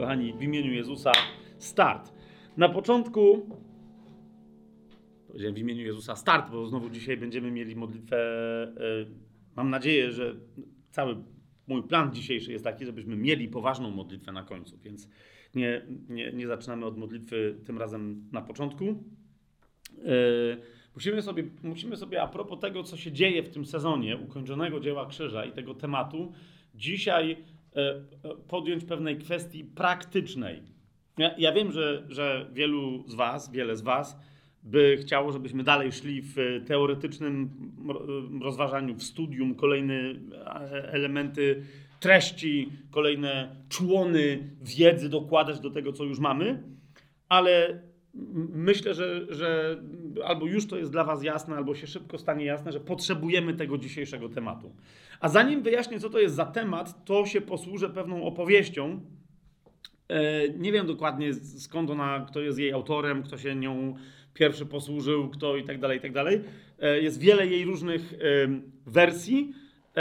kochani, w imieniu Jezusa, start. Na początku, powiedziałem w imieniu Jezusa, start, bo znowu dzisiaj będziemy mieli modlitwę. Mam nadzieję, że cały mój plan dzisiejszy jest taki, żebyśmy mieli poważną modlitwę na końcu, więc nie zaczynamy od modlitwy tym razem na początku. Musimy sobie a propos tego, co się dzieje w tym sezonie ukończonego dzieła krzyża i tego tematu, dzisiaj podjąć pewnej kwestii praktycznej. Ja wiem, że wiele z was by chciało, żebyśmy dalej szli w teoretycznym rozważaniu, w studium, kolejne elementy treści, kolejne człony wiedzy dokładać do tego, co już mamy, ale myślę, że albo już to jest dla was jasne, albo się szybko stanie jasne, że potrzebujemy tego dzisiejszego tematu. A zanim wyjaśnię, co to jest za temat, to się posłużę pewną opowieścią. Nie wiem dokładnie skąd ona, kto jest jej autorem, kto się nią pierwszy posłużył, kto i tak dalej, i tak dalej. Jest wiele jej różnych wersji,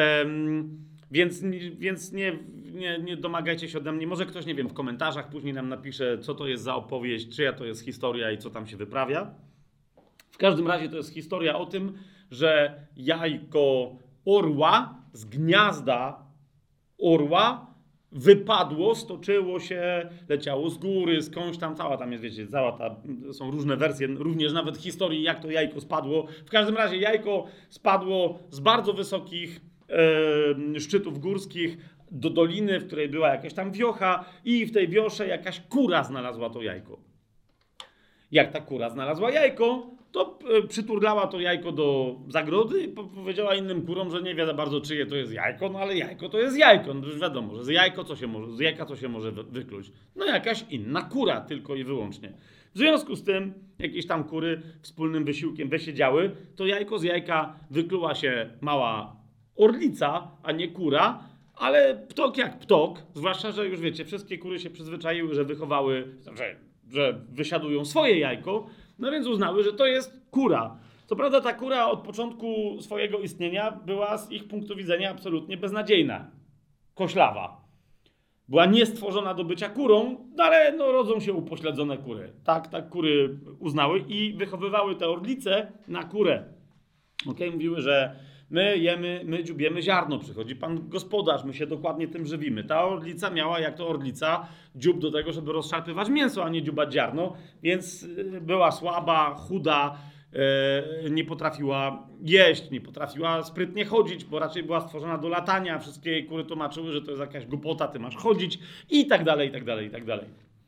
więc nie domagajcie się ode mnie. Może ktoś, nie wiem, w komentarzach później nam napisze, co to jest za opowieść, czyja to jest historia i co tam się wyprawia. W każdym razie to jest historia o tym, że jajko orła z gniazda orła wypadło, stoczyło się, leciało z góry, skądś tam, cała tam jest, wiecie, są różne wersje, również nawet historii, jak to jajko spadło. W każdym razie jajko spadło z bardzo wysokich szczytów górskich do doliny, w której była jakaś tam wiocha i w tej wiosze jakaś kura znalazła to jajko. Jak ta kura znalazła jajko, to przyturlała to jajko do zagrody i powiedziała innym kurom, że nie wie za bardzo, czyje to jest jajko, no ale jajko to jest jajko. No już wiadomo, że z jajka co się może wykluć? No jakaś inna kura tylko i wyłącznie. W związku z tym jakieś tam kury wspólnym wysiłkiem wysiedziały, to jajko z jajka wykluła się mała orlica, a nie kura, ale ptok jak ptok, zwłaszcza, że już wiecie, wszystkie kury się przyzwyczaiły, że wychowały, że wysiadują swoje jajko, no więc uznały, że to jest kura. Co prawda ta kura od początku swojego istnienia była z ich punktu widzenia absolutnie beznadziejna, koślawa. Była niestworzona do bycia kurą, no ale no, rodzą się upośledzone kury. Tak kury uznały i wychowywały te orlice na kurę. Mówiły, że my dziubiemy ziarno, przychodzi pan gospodarz, my się dokładnie tym żywimy. Ta orlica miała, jak to orlica, dziób do tego, żeby rozszarpywać mięso, a nie dziubać ziarno, więc była słaba, chuda, nie potrafiła jeść, nie potrafiła sprytnie chodzić, bo raczej była stworzona do latania. Wszystkie kury tłumaczyły, że to jest jakaś głupota, ty masz chodzić i tak dalej, i tak dalej, i tak dalej.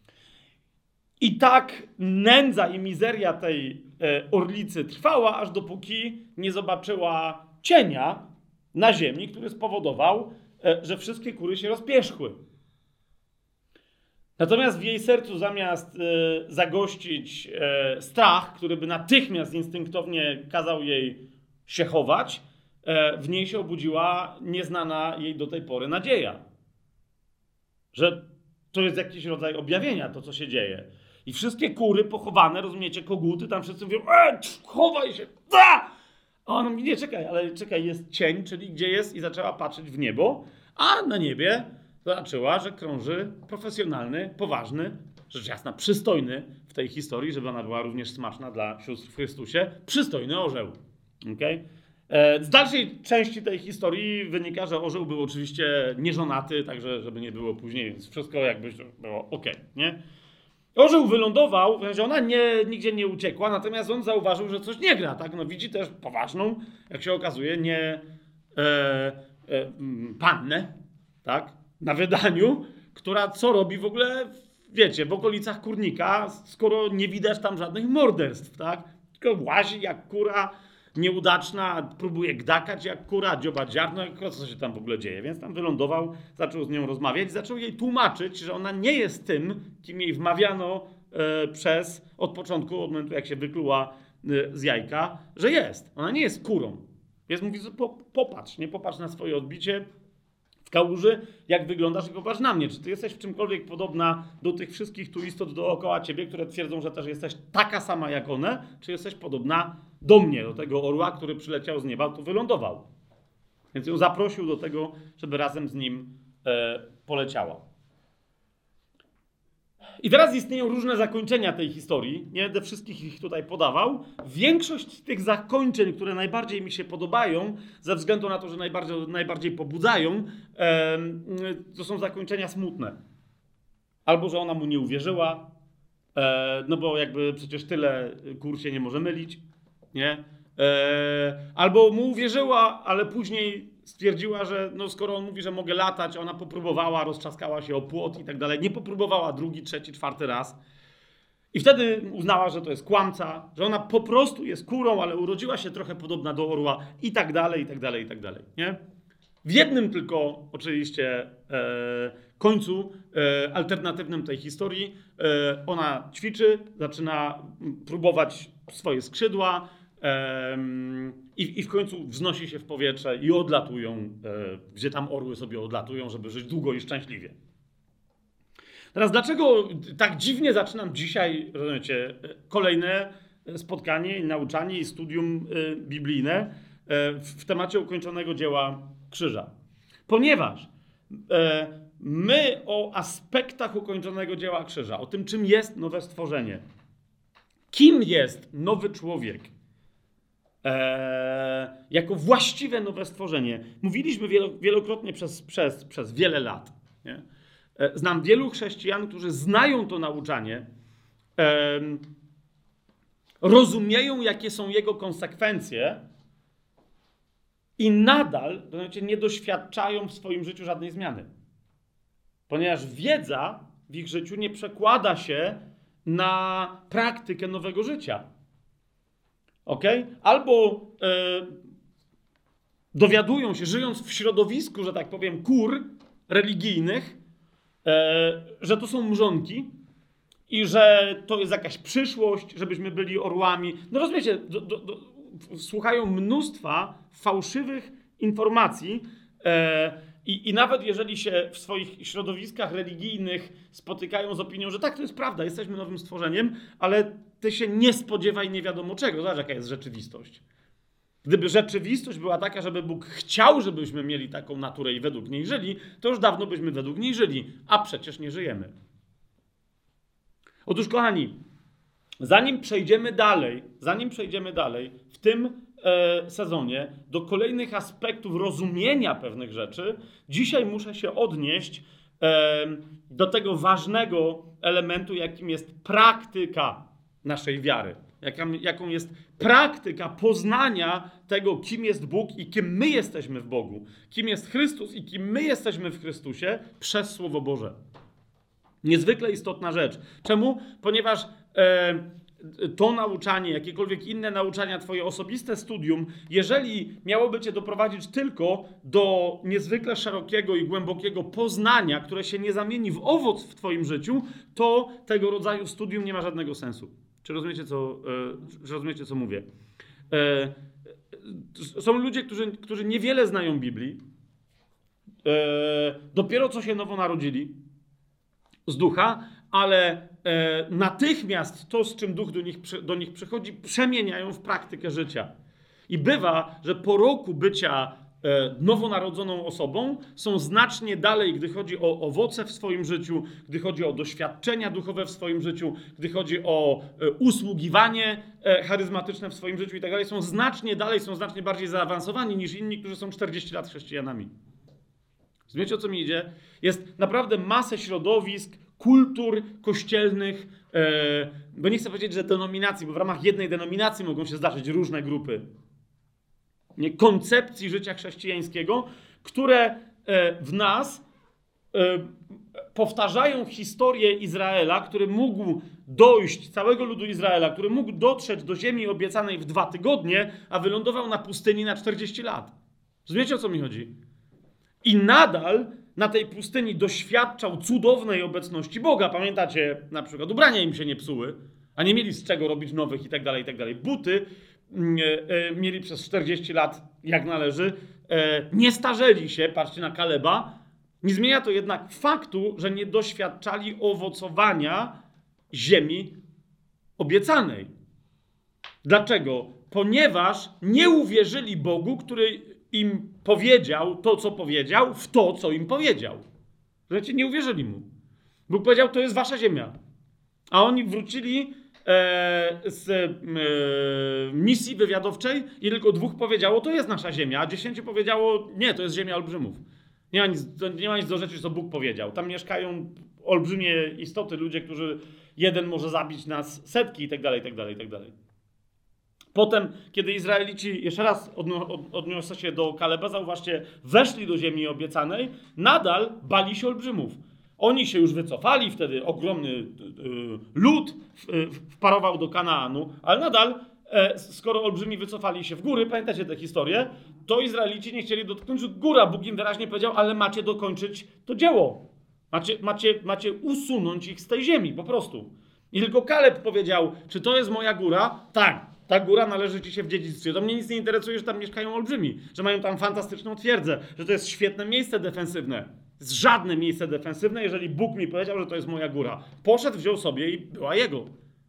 I tak nędza i mizeria tej orlicy trwała, aż dopóki nie zobaczyła cienia na ziemi, który spowodował, że wszystkie kury się rozpierzchły. Natomiast w jej sercu zamiast zagościć strach, który by natychmiast instynktownie kazał jej się chować, w niej się obudziła nieznana jej do tej pory nadzieja. Że to jest jakiś rodzaj objawienia, to co się dzieje. I wszystkie kury pochowane, rozumiecie, koguty, tam wszyscy mówią, chowaj się, A ona mówi, nie, czekaj, jest cień, czyli gdzie jest? I zaczęła patrzeć w niebo, a na niebie zobaczyła, że krąży profesjonalny, poważny, rzecz jasna, przystojny w tej historii, żeby ona była również smaczna dla sióstr w Chrystusie, przystojny orzeł. Okay? Z dalszej części tej historii wynika, że orzeł był oczywiście nieżonaty, także żeby nie było później, więc wszystko jakby było okej, nie? Orzeł wylądował, w sensie ona nigdzie nie uciekła, natomiast on zauważył, że coś nie gra, tak? No widzi też poważną, jak się okazuje, pannę, tak? Na wydaniu, która co robi w ogóle, wiecie, w okolicach kurnika, skoro nie widać tam żadnych morderstw, tak? Tylko łazi jak kura, nieudaczna, próbuje gdakać jak kura, dziobać ziarno, co się tam w ogóle dzieje. Więc tam wylądował, zaczął z nią rozmawiać, zaczął jej tłumaczyć, że ona nie jest tym, kim jej wmawiano od początku, od momentu jak się wykluła z jajka, że jest. Ona nie jest kurą. Więc mówi, popatrz na swoje odbicie w kałuży, jak wyglądasz i popatrz na mnie. Czy ty jesteś w czymkolwiek podobna do tych wszystkich tu istot dookoła ciebie, które twierdzą, że też jesteś taka sama jak one, czy jesteś podobna do mnie, do tego orła, który przyleciał z nieba, tu wylądował. Więc ją zaprosił do tego, żeby razem z nim poleciała. I teraz istnieją różne zakończenia tej historii. Nie będę wszystkich ich tutaj podawał. Większość z tych zakończeń, które najbardziej mi się podobają, ze względu na to, że najbardziej pobudzają, to są zakończenia smutne. Albo, że ona mu nie uwierzyła, no bo jakby przecież tyle kur się nie może mylić, nie? Albo mu uwierzyła, ale później stwierdziła, że no skoro on mówi, że mogę latać, ona popróbowała, roztrzaskała się o płot i tak dalej, nie popróbowała drugi, trzeci, czwarty raz. I wtedy uznała, że to jest kłamca, że ona po prostu jest kurą, ale urodziła się trochę podobna do orła i tak dalej, i tak dalej, i tak dalej, nie? W jednym tylko oczywiście końcu alternatywnym tej historii ona ćwiczy, zaczyna próbować swoje skrzydła i w końcu wznosi się w powietrze i odlatują, gdzie tam orły sobie odlatują, żeby żyć długo i szczęśliwie. Teraz dlaczego tak dziwnie zaczynam dzisiaj, rozumiecie, kolejne spotkanie i nauczanie i studium biblijne w temacie ukończonego dzieła krzyża? Ponieważ my o aspektach ukończonego dzieła krzyża, o tym, czym jest nowe stworzenie, kim jest nowy człowiek, jako właściwe nowe stworzenie, mówiliśmy wielokrotnie przez wiele lat. Nie? Znam wielu chrześcijan, którzy znają to nauczanie, rozumieją, jakie są jego konsekwencje i nadal, to znaczy, nie doświadczają w swoim życiu żadnej zmiany. Ponieważ wiedza w ich życiu nie przekłada się na praktykę nowego życia. Okay? Albo dowiadują się, żyjąc w środowisku, że tak powiem, kur religijnych, że to są mrzonki i że to jest jakaś przyszłość, żebyśmy byli orłami. No rozumiecie, słuchają mnóstwa fałszywych informacji i nawet jeżeli się w swoich środowiskach religijnych spotykają z opinią, że tak, to jest prawda, jesteśmy nowym stworzeniem, ale ty się nie spodziewaj nie wiadomo czego. Zobacz, jaka jest rzeczywistość. Gdyby rzeczywistość była taka, żeby Bóg chciał, żebyśmy mieli taką naturę i według niej żyli, to już dawno byśmy według niej żyli, a przecież nie żyjemy. Otóż, kochani, zanim przejdziemy dalej w tym sezonie do kolejnych aspektów rozumienia pewnych rzeczy, dzisiaj muszę się odnieść do tego ważnego elementu, jakim jest praktyka naszej wiary. Jaką jest praktyka poznania tego, kim jest Bóg i kim my jesteśmy w Bogu. Kim jest Chrystus i kim my jesteśmy w Chrystusie przez Słowo Boże. Niezwykle istotna rzecz. Czemu? Ponieważ to nauczanie, jakiekolwiek inne nauczania, twoje osobiste studium, jeżeli miałoby cię doprowadzić tylko do niezwykle szerokiego i głębokiego poznania, które się nie zamieni w owoc w twoim życiu, to tego rodzaju studium nie ma żadnego sensu. Czy rozumiecie, co mówię? Są ludzie, którzy niewiele znają Biblii, dopiero co się nowo narodzili z ducha, ale natychmiast to, z czym duch do nich przychodzi, przemieniają w praktykę życia. I bywa, że po roku bycia nowonarodzoną osobą są znacznie dalej, gdy chodzi o owoce w swoim życiu, gdy chodzi o doświadczenia duchowe w swoim życiu, gdy chodzi o usługiwanie charyzmatyczne w swoim życiu i tak dalej. Są znacznie dalej, są znacznie bardziej zaawansowani niż inni, którzy są 40 lat chrześcijanami. Rozumiecie, o co mi idzie? Jest naprawdę masę środowisk, kultur kościelnych, bo nie chcę powiedzieć, że denominacji, bo w ramach jednej denominacji mogą się zdarzyć różne grupy koncepcji życia chrześcijańskiego, które w nas powtarzają historię Izraela, który mógł dojść, całego ludu Izraela, który mógł dotrzeć do ziemi obiecanej w 2 tygodnie, a wylądował na pustyni na 40 lat. Rozumiecie, o co mi chodzi? I nadal na tej pustyni doświadczał cudownej obecności Boga. Pamiętacie, na przykład ubrania im się nie psuły, a nie mieli z czego robić nowych i tak dalej, i tak dalej. Buty mieli przez 40 lat, jak należy, nie starzeli się, patrzcie na Kaleba. Nie zmienia to jednak faktu, że nie doświadczali owocowania ziemi obiecanej. Dlaczego? Ponieważ nie uwierzyli Bogu, który im powiedział to, co powiedział, w to, co im powiedział. Że nie uwierzyli mu. Bóg powiedział, to jest wasza ziemia. A oni wrócili z misji wywiadowczej i tylko 2 powiedziało, to jest nasza ziemia, a 10 powiedziało, nie, to jest ziemia olbrzymów. Nie ma nic do rzeczy, co Bóg powiedział. Tam mieszkają olbrzymie istoty, ludzie, którzy jeden może zabić nas setki i tak dalej, i tak dalej, i tak dalej. Potem, kiedy Izraelici, jeszcze raz odniosę się do Kaleba, zauważcie, weszli do ziemi obiecanej, nadal bali się olbrzymów. Oni się już wycofali, wtedy ogromny lud wparował do Kanaanu, ale nadal, skoro olbrzymi wycofali się w góry, pamiętacie tę historię, to Izraelici nie chcieli dotknąć góra. Bóg im wyraźnie powiedział, ale macie dokończyć to dzieło. Macie usunąć ich z tej ziemi, po prostu. I tylko Kaleb powiedział, czy to jest moja góra? Tak, ta góra należy ci się w dziedzictwie. To mnie nic nie interesuje, że tam mieszkają olbrzymi, że mają tam fantastyczną twierdzę, że to jest świetne miejsce defensywne. To jest żadne miejsce defensywne, jeżeli Bóg mi powiedział, że to jest moja góra. Poszedł, wziął sobie i była jego.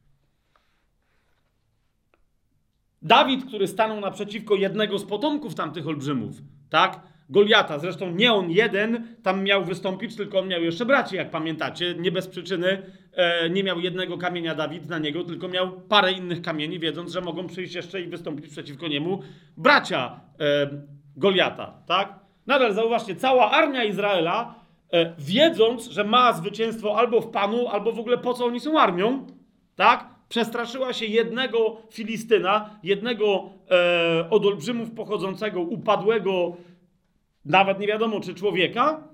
Dawid, który stanął naprzeciwko jednego z potomków tamtych olbrzymów, tak? Goliata, zresztą nie on jeden tam miał wystąpić, tylko on miał jeszcze braci, jak pamiętacie. Nie bez przyczyny nie miał jednego kamienia Dawid na niego, tylko miał parę innych kamieni, wiedząc, że mogą przyjść jeszcze i wystąpić przeciwko niemu bracia Goliata, tak? Nadal zauważcie, cała armia Izraela, wiedząc, że ma zwycięstwo albo w Panu, albo w ogóle po co oni są armią, tak? Przestraszyła się jednego Filistyna, jednego od olbrzymów pochodzącego, upadłego, nawet nie wiadomo czy człowieka,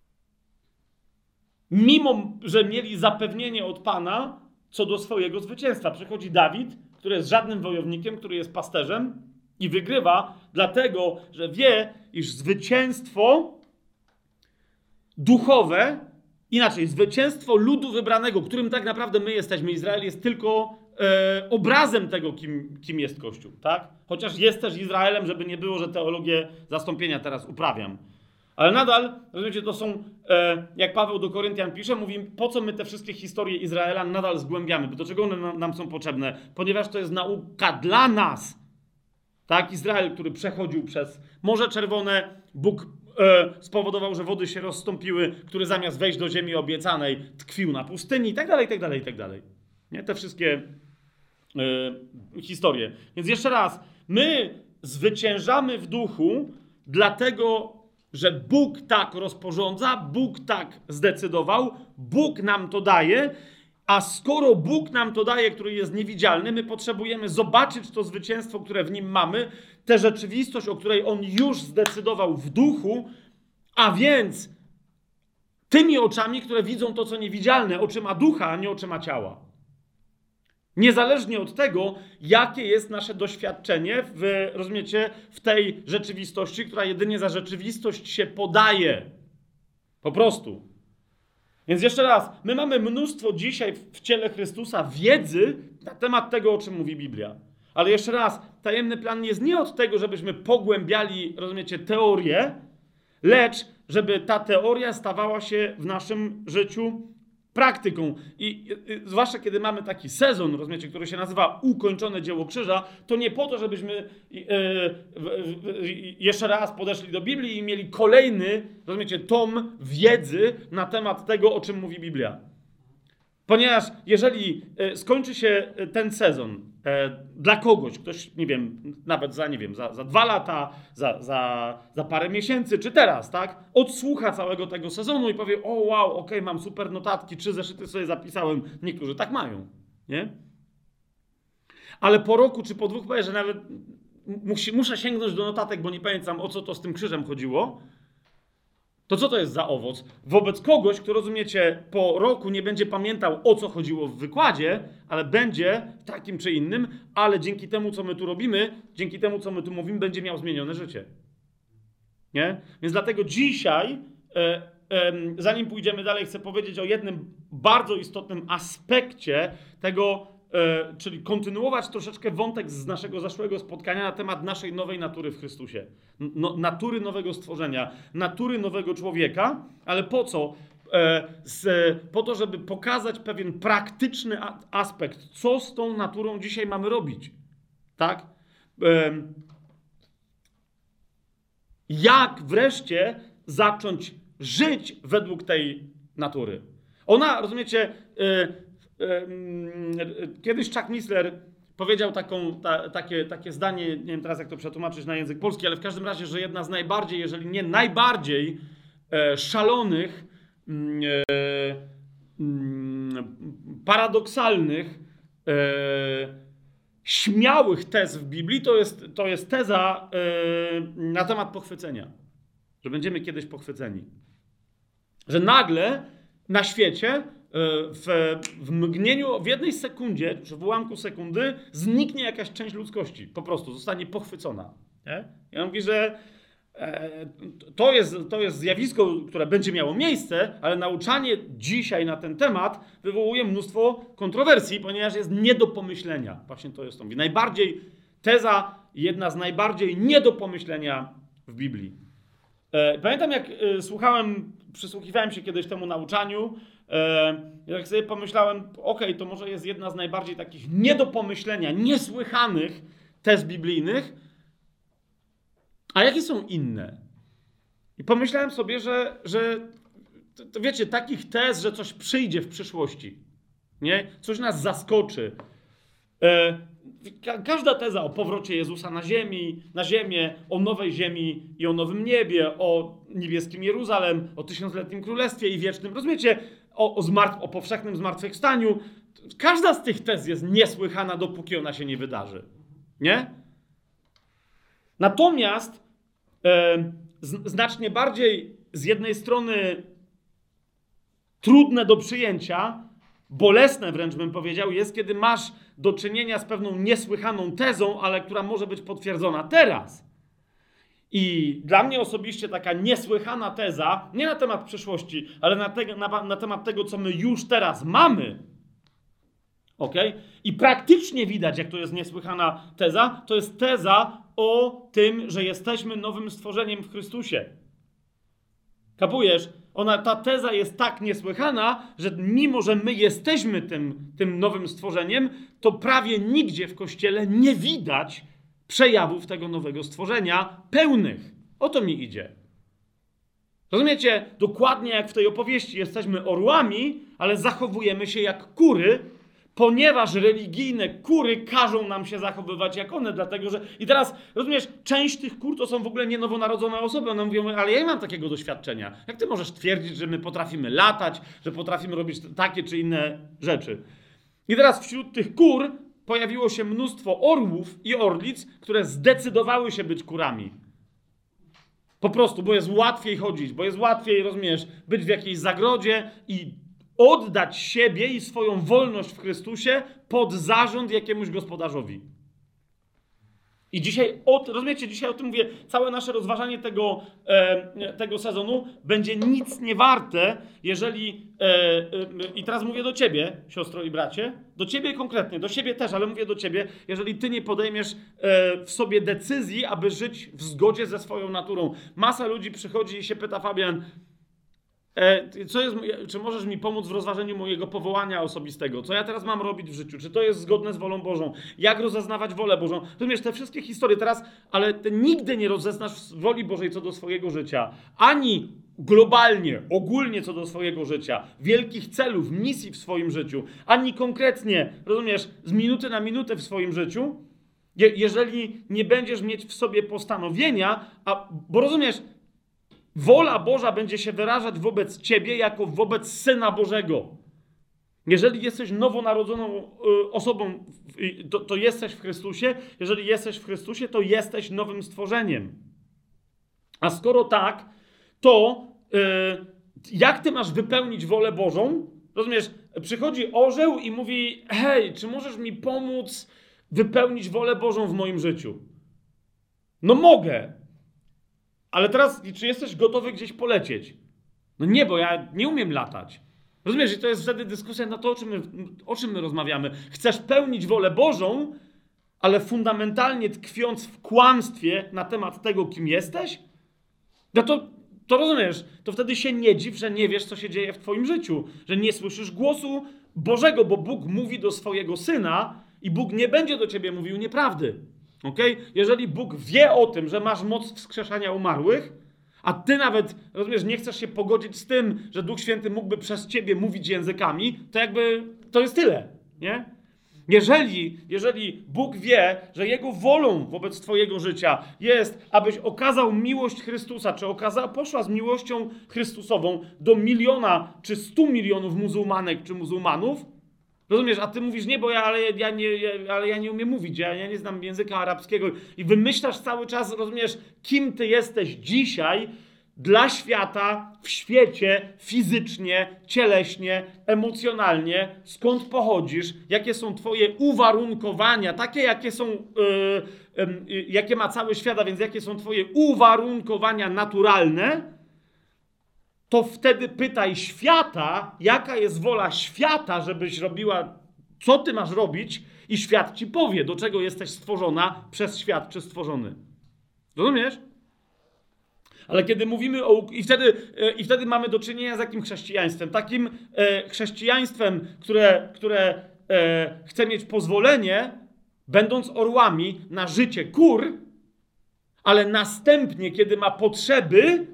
mimo że mieli zapewnienie od Pana co do swojego zwycięstwa. Przychodzi Dawid, który jest żadnym wojownikiem, który jest pasterzem i wygrywa, dlatego że wie, iż zwycięstwo duchowe, inaczej, zwycięstwo ludu wybranego, którym tak naprawdę my jesteśmy, Izrael jest tylko obrazem tego, kim jest Kościół, tak? Chociaż jest też Izraelem, żeby nie było, że teologię zastąpienia teraz uprawiam. Ale nadal, rozumiecie, to są, jak Paweł do Koryntian pisze, mówi, po co my te wszystkie historie Izraela nadal zgłębiamy, do czego one nam są potrzebne? Ponieważ to jest nauka dla nas. Tak? Izrael, który przechodził przez Morze Czerwone, Bóg spowodował, że wody się rozstąpiły, który zamiast wejść do ziemi obiecanej tkwił na pustyni i tak dalej, i tak dalej, i tak dalej. Nie? Te wszystkie historie. Więc jeszcze raz, my zwyciężamy w duchu, dlatego, że Bóg tak rozporządza, Bóg tak zdecydował, Bóg nam to daje, a skoro Bóg nam to daje, który jest niewidzialny, my potrzebujemy zobaczyć to zwycięstwo, które w nim mamy, tę rzeczywistość, o której On już zdecydował w duchu, a więc tymi oczami, które widzą to, co niewidzialne, oczyma ducha, a nie oczyma ciała. Niezależnie od tego, jakie jest nasze doświadczenie rozumiecie, w tej rzeczywistości, która jedynie za rzeczywistość się podaje. Po prostu. Więc jeszcze raz, my mamy mnóstwo dzisiaj w ciele Chrystusa wiedzy na temat tego, o czym mówi Biblia. Ale jeszcze raz, tajemny plan jest nie od tego, żebyśmy pogłębiali, rozumiecie, teorię, lecz żeby ta teoria stawała się w naszym życiu praktyką. I zwłaszcza kiedy mamy taki sezon, rozumiecie, który się nazywa Ukończone dzieło krzyża, to nie po to, żebyśmy jeszcze raz podeszli do Biblii i mieli kolejny, rozumiecie, tom wiedzy na temat tego, o czym mówi Biblia. Ponieważ jeżeli skończy się ten sezon dla kogoś, ktoś, nie wiem, nawet za 2 lata, za parę miesięcy, czy teraz, tak, odsłucha całego tego sezonu i powie, o wow, okej, mam super notatki, 3 zeszyty sobie zapisałem. Niektórzy tak mają, nie? Ale po roku czy po 2 powie, że nawet muszę sięgnąć do notatek, bo nie pamiętam, o co to z tym krzyżem chodziło. To co to jest za owoc? Wobec kogoś, kto, rozumiecie, po roku nie będzie pamiętał, o co chodziło w wykładzie, ale będzie takim czy innym, ale dzięki temu, co my tu robimy, dzięki temu, co my tu mówimy, będzie miał zmienione życie. Nie? Więc dlatego dzisiaj, zanim pójdziemy dalej, chcę powiedzieć o jednym bardzo istotnym aspekcie tego, czyli kontynuować troszeczkę wątek z naszego zeszłego spotkania na temat naszej nowej natury w Chrystusie. Natury nowego stworzenia, natury nowego człowieka, ale po co? Po to, żeby pokazać pewien praktyczny aspekt, co z tą naturą dzisiaj mamy robić. Tak? Jak wreszcie zacząć żyć według tej natury. Ona, rozumiecie, kiedyś Chuck Missler powiedział takie zdanie, nie wiem teraz jak to przetłumaczyć na język polski, ale w każdym razie, że jedna z najbardziej, jeżeli nie najbardziej szalonych, paradoksalnych, śmiałych tez w Biblii to jest teza na temat pochwycenia. Że będziemy kiedyś pochwyceni. Że nagle na świecie w mgnieniu, w jednej sekundzie, czy w ułamku sekundy zniknie jakaś część ludzkości. Po prostu zostanie pochwycona. Nie? Ja mówię, że to jest zjawisko, które będzie miało miejsce, ale nauczanie dzisiaj na ten temat wywołuje mnóstwo kontrowersji, ponieważ jest nie do pomyślenia. Właśnie to jest to. Teza jedna z najbardziej nie do pomyślenia w Biblii. Pamiętam jak przysłuchiwałem się kiedyś temu nauczaniu, jak sobie pomyślałem, to może jest jedna z najbardziej takich nie do pomyślenia, niesłychanych tez biblijnych, a jakie są inne? I pomyślałem sobie, że to wiecie, takich tez, że coś przyjdzie w przyszłości, nie? Coś nas zaskoczy. Każda teza o powrocie Jezusa na ziemię, o nowej ziemi i o nowym niebie, o niebieskim Jeruzalem, o tysiącletnim królestwie i wiecznym, rozumiecie, o powszechnym zmartwychwstaniu. Każda z tych tez jest niesłychana, dopóki ona się nie wydarzy. Nie? Natomiast znacznie bardziej z jednej strony trudne do przyjęcia, bolesne wręcz bym powiedział, jest, kiedy masz do czynienia z pewną niesłychaną tezą, ale która może być potwierdzona teraz. I dla mnie osobiście taka niesłychana teza, nie na temat przyszłości, ale na temat tego, co my już teraz mamy, okay? I praktycznie widać, jak to jest niesłychana teza, to jest teza o tym, że jesteśmy nowym stworzeniem w Chrystusie. Kapujesz? Ta teza jest tak niesłychana, że mimo, że my jesteśmy tym nowym stworzeniem, to prawie nigdzie w Kościele nie widać przejawów tego nowego stworzenia pełnych. O to mi idzie. Rozumiecie? Dokładnie jak w tej opowieści jesteśmy orłami, ale zachowujemy się jak kury, ponieważ religijne kury każą nam się zachowywać jak one, dlatego że... I teraz, rozumiesz, część tych kur to są w ogóle nie nowonarodzone osoby. One mówią, ale ja nie mam takiego doświadczenia. Jak ty możesz twierdzić, że my potrafimy latać, że potrafimy robić takie czy inne rzeczy? I teraz wśród tych kur pojawiło się mnóstwo orłów i orlic, które zdecydowały się być kurami. Po prostu, bo jest łatwiej chodzić, bo jest łatwiej, rozumiesz, być w jakiejś zagrodzie i oddać siebie i swoją wolność w Chrystusie pod zarząd jakiemuś gospodarzowi. I dzisiaj, rozumiecie, dzisiaj o tym mówię, całe nasze rozważanie tego sezonu będzie nic nie warte, jeżeli, i teraz mówię do ciebie, siostro i bracie, do ciebie konkretnie, do siebie też, ale mówię do ciebie, jeżeli ty nie podejmiesz w sobie decyzji, aby żyć w zgodzie ze swoją naturą. Masa ludzi przychodzi i się pyta, Fabian, czy możesz mi pomóc w rozważeniu mojego powołania osobistego? Co ja teraz mam robić w życiu? Czy to jest zgodne z wolą Bożą? Jak rozeznawać wolę Bożą? Rozumiesz, te wszystkie historie teraz, ale ty nigdy nie rozeznasz woli Bożej co do swojego życia. Ani globalnie, ogólnie co do swojego życia, wielkich celów, misji w swoim życiu, ani konkretnie, rozumiesz, z minuty na minutę w swoim życiu, jeżeli nie będziesz mieć w sobie postanowienia, bo rozumiesz, wola Boża będzie się wyrażać wobec ciebie jako wobec Syna Bożego. Jeżeli jesteś nowonarodzoną osobą, to jesteś w Chrystusie. Jeżeli jesteś w Chrystusie, to jesteś nowym stworzeniem. A skoro tak, to jak ty masz wypełnić wolę Bożą? Rozumiesz, przychodzi orzeł i mówi, hej, czy możesz mi pomóc wypełnić wolę Bożą w moim życiu? No mogę. Ale teraz, czy jesteś gotowy gdzieś polecieć? No nie, bo ja nie umiem latać. Rozumiesz, że to jest wtedy dyskusja na to, o czym my rozmawiamy. Chcesz pełnić wolę Bożą, ale fundamentalnie tkwiąc w kłamstwie na temat tego, kim jesteś? No to rozumiesz, to wtedy się nie dziw, że nie wiesz, co się dzieje w twoim życiu. Że nie słyszysz głosu Bożego, bo Bóg mówi do swojego Syna i Bóg nie będzie do ciebie mówił nieprawdy. Okay? Jeżeli Bóg wie o tym, że masz moc wskrzeszania umarłych, A ty nawet, rozumiesz, nie chcesz się pogodzić z tym, że Duch Święty mógłby przez ciebie mówić językami, to jakby to jest tyle, nie? Jeżeli Bóg wie, że Jego wolą wobec twojego życia jest, abyś okazał miłość Chrystusa, czy poszła z miłością Chrystusową do 1 czy 100 milionów muzułmanek czy muzułmanów, rozumiesz, a ty mówisz, nie, bo ja nie umiem mówić, ja nie znam języka arabskiego i wymyślasz cały czas, rozumiesz, kim ty jesteś dzisiaj dla świata, w świecie, fizycznie, cieleśnie, emocjonalnie, skąd pochodzisz, jakie są twoje uwarunkowania, takie jakie są, jakie ma cały świat, a więc jakie są twoje uwarunkowania naturalne, to wtedy pytaj świata, jaka jest wola świata, żebyś robiła, co ty masz robić i świat ci powie, do czego jesteś stworzona przez świat czy stworzony. Rozumiesz? Ale kiedy mówimy o... I wtedy mamy do czynienia z jakim chrześcijaństwem? Takim chrześcijaństwem, które chce mieć pozwolenie, będąc orłami, na życie kur, ale następnie, kiedy ma potrzeby,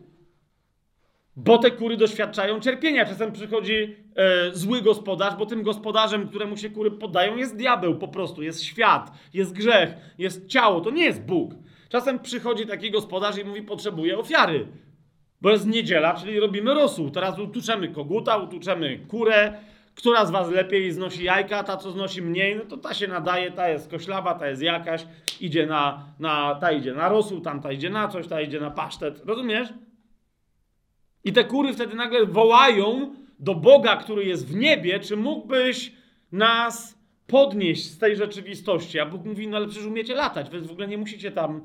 bo te kury doświadczają cierpienia. Czasem przychodzi zły gospodarz, bo tym gospodarzem, któremu się kury poddają, jest diabeł po prostu, jest świat, jest grzech, jest ciało, to nie jest Bóg. Czasem przychodzi taki gospodarz i mówi, potrzebuję ofiary, bo jest niedziela, czyli robimy rosół. Teraz utuczemy koguta, utuczemy kurę, która z was lepiej znosi jajka, ta co znosi mniej, no to ta się nadaje, ta jest koślawa, ta jest jakaś, ta idzie na rosół, tamta idzie na coś, ta idzie na pasztet, rozumiesz? I te kury wtedy nagle wołają do Boga, który jest w niebie, czy mógłbyś nas podnieść z tej rzeczywistości? A Bóg mówi, no ale przecież umiecie latać, wy w ogóle nie musicie tam...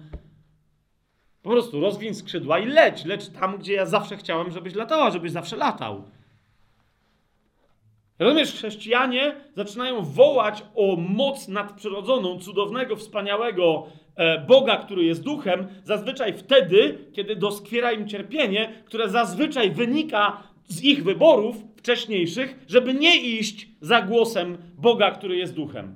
Po prostu rozwiń skrzydła i leć tam, gdzie ja zawsze chciałem, żebyś latała, żebyś zawsze latał. Rozumiesz, chrześcijanie zaczynają wołać o moc nadprzyrodzoną, cudownego, wspaniałego Boga, który jest duchem, zazwyczaj wtedy, kiedy doskwiera im cierpienie, które zazwyczaj wynika z ich wyborów wcześniejszych, żeby nie iść za głosem Boga, który jest duchem.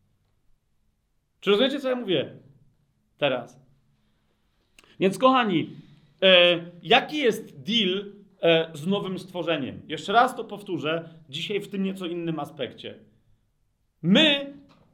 Czy rozumiecie, co ja mówię teraz? Więc kochani, jaki jest deal z nowym stworzeniem? Jeszcze raz to powtórzę, dzisiaj w tym nieco innym aspekcie. My,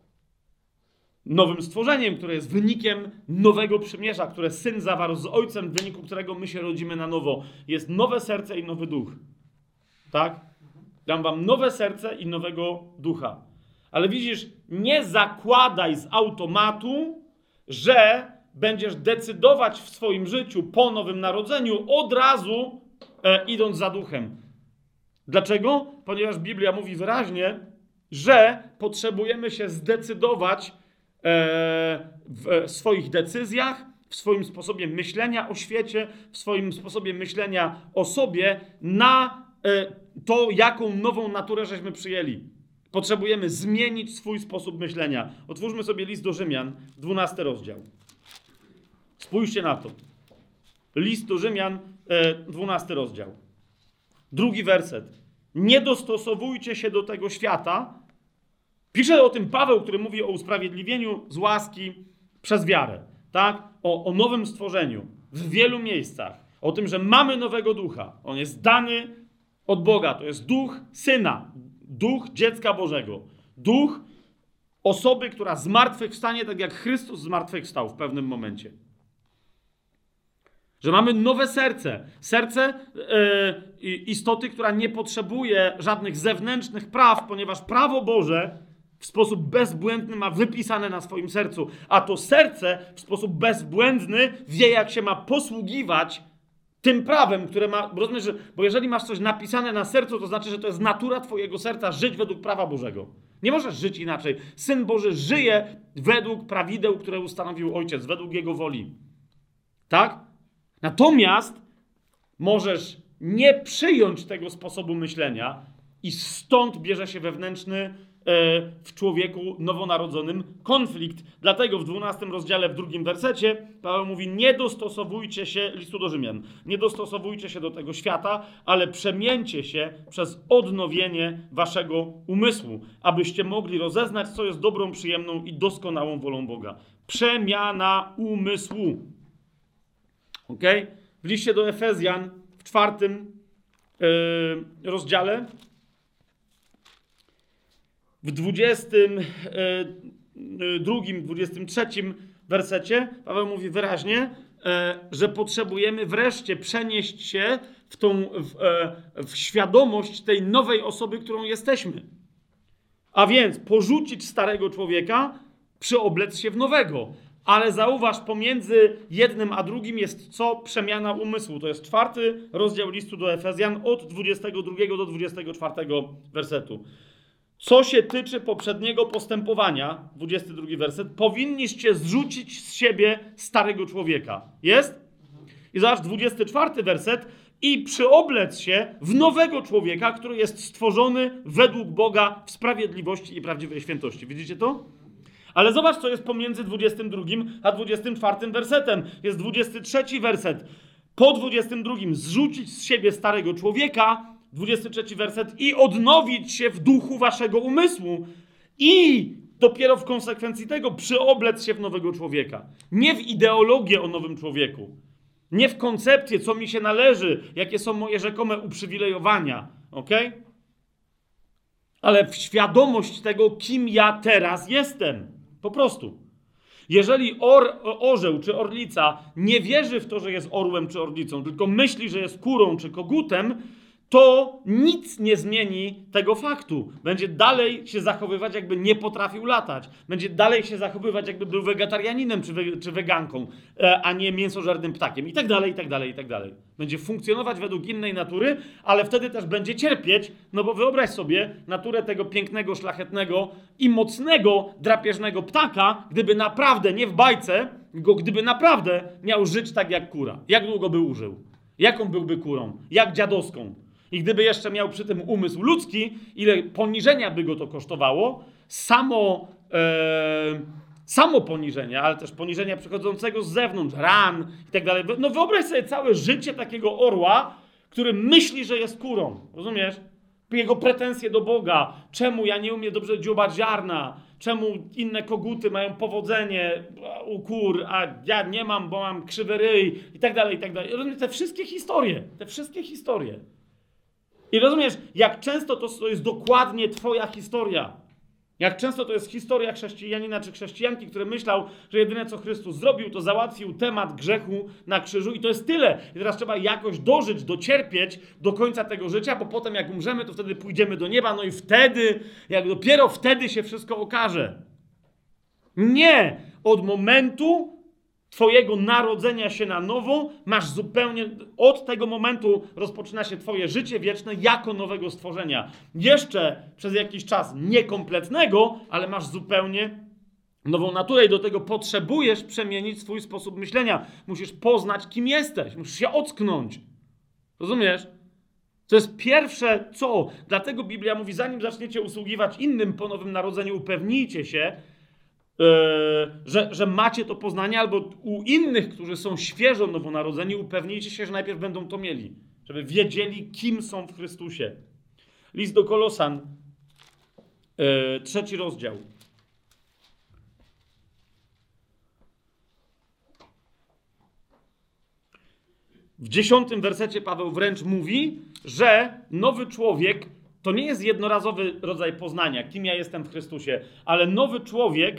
nowym stworzeniem, które jest wynikiem nowego przymierza, które Syn zawarł z Ojcem, w wyniku którego my się rodzimy na nowo, jest nowe serce i nowy duch. Tak? Dam wam nowe serce i nowego ducha. Ale widzisz, nie zakładaj z automatu, że będziesz decydować w swoim życiu po nowym narodzeniu od razu idąc za duchem. Dlaczego? Ponieważ Biblia mówi wyraźnie, że potrzebujemy się zdecydować w swoich decyzjach, w swoim sposobie myślenia o świecie, w swoim sposobie myślenia o sobie na to, jaką nową naturę żeśmy przyjęli. Potrzebujemy zmienić swój sposób myślenia. Otwórzmy sobie list do Rzymian, 12 rozdział. Spójrzcie na to. List do Rzymian, 12 rozdział. 2 werset. Nie dostosowujcie się do tego świata. Pisze o tym Paweł, który mówi o usprawiedliwieniu z łaski przez wiarę. Tak? O nowym stworzeniu w wielu miejscach. O tym, że mamy nowego ducha. On jest dany od Boga. To jest duch Syna. Duch dziecka Bożego. Duch osoby, która zmartwychwstanie, tak jak Chrystus zmartwychwstał w pewnym momencie. Że mamy nowe serce. Serce istoty, która nie potrzebuje żadnych zewnętrznych praw, ponieważ prawo Boże w sposób bezbłędny ma wypisane na swoim sercu. A to serce w sposób bezbłędny wie, jak się ma posługiwać tym prawem, które ma... Rozumiesz, bo jeżeli masz coś napisane na sercu, to znaczy, że to jest natura twojego serca żyć według prawa Bożego. Nie możesz żyć inaczej. Syn Boży żyje według prawideł, które ustanowił Ojciec, według Jego woli. Tak? Natomiast możesz nie przyjąć tego sposobu myślenia i stąd bierze się wewnętrzny w człowieku nowonarodzonym konflikt. Dlatego w 12 rozdziale, w 2 wersecie Paweł mówi, nie dostosowujcie się, listu do Rzymian, nie dostosowujcie się do tego świata, ale przemieńcie się przez odnowienie waszego umysłu, abyście mogli rozeznać, co jest dobrą, przyjemną i doskonałą wolą Boga. Przemiana umysłu. Okej? w liście do Efezjan w 4 rozdziale, w 22, 23 wersecie Paweł mówi wyraźnie, że potrzebujemy wreszcie przenieść się w świadomość tej nowej osoby, którą jesteśmy. A więc porzucić starego człowieka, przyoblec się w nowego. Ale zauważ, pomiędzy jednym a drugim jest co? Przemiana umysłu. To jest 4 rozdział listu do Efezjan od 22 do 24 wersetu. Co się tyczy poprzedniego postępowania, 22 werset, powinniście zrzucić z siebie starego człowieka. Jest? I zobacz, 24 werset. I przyoblec się w nowego człowieka, który jest stworzony według Boga w sprawiedliwości i prawdziwej świętości. Widzicie to? Ale zobacz, co jest pomiędzy 22 a 24 wersetem. Jest 23 werset. Po 22 zrzucić z siebie starego człowieka, 23 werset, i odnowić się w duchu waszego umysłu. I dopiero w konsekwencji tego przyoblec się w nowego człowieka. Nie w ideologię o nowym człowieku. Nie w koncepcję, co mi się należy, jakie są moje rzekome uprzywilejowania. Okej? Ale w świadomość tego, kim ja teraz jestem. Po prostu. Jeżeli orzeł czy orlica nie wierzy w to, że jest orłem czy orlicą, tylko myśli, że jest kurą czy kogutem, to nic nie zmieni tego faktu. Będzie dalej się zachowywać, jakby nie potrafił latać. Będzie dalej się zachowywać, jakby był wegetarianinem czy weganką, a nie mięsożernym ptakiem. I tak dalej, i tak dalej, i tak dalej. Będzie funkcjonować według innej natury, ale wtedy też będzie cierpieć, no bo wyobraź sobie naturę tego pięknego, szlachetnego i mocnego, drapieżnego ptaka, gdyby naprawdę, nie w bajce, gdyby naprawdę miał żyć tak jak kura. Jak długo by użył? Jaką byłby kurą? Jak dziadowską? I gdyby jeszcze miał przy tym umysł ludzki, ile poniżenia by go to kosztowało, samo poniżenia, ale też poniżenia przychodzącego z zewnątrz, ran i tak dalej. No wyobraź sobie całe życie takiego orła, który myśli, że jest kurą. Rozumiesz? Jego pretensje do Boga. Czemu ja nie umiem dobrze dziobać ziarna? Czemu inne koguty mają powodzenie u kur, a ja nie mam, bo mam krzywy ryj i tak dalej, i tak dalej. Rozumiesz? Te wszystkie historie. I rozumiesz, jak często to jest dokładnie twoja historia. Jak często to jest historia chrześcijanina czy chrześcijanki, który myślał, że jedyne co Chrystus zrobił, to załatwił temat grzechu na krzyżu i to jest tyle. I teraz trzeba jakoś dożyć, docierpieć do końca tego życia, bo potem jak umrzemy, to wtedy pójdziemy do nieba, no i wtedy, dopiero wtedy się wszystko okaże. Nie! Od momentu twojego narodzenia się na nowo, masz zupełnie, od tego momentu rozpoczyna się twoje życie wieczne jako nowego stworzenia. Jeszcze przez jakiś czas niekompletnego, ale masz zupełnie nową naturę i do tego potrzebujesz przemienić swój sposób myślenia. Musisz poznać, kim jesteś. Musisz się ocknąć. Rozumiesz? To jest pierwsze co. Dlatego Biblia mówi, zanim zaczniecie usługiwać innym po nowym narodzeniu, upewnijcie się, że macie to poznanie, albo u innych, którzy są świeżo nowonarodzeni, upewnijcie się, że najpierw będą to mieli. Żeby wiedzieli, kim są w Chrystusie. List do Kolosan, 3 rozdział. W 10 wersecie Paweł wręcz mówi, że nowy człowiek to nie jest jednorazowy rodzaj poznania, kim ja jestem w Chrystusie, ale nowy człowiek,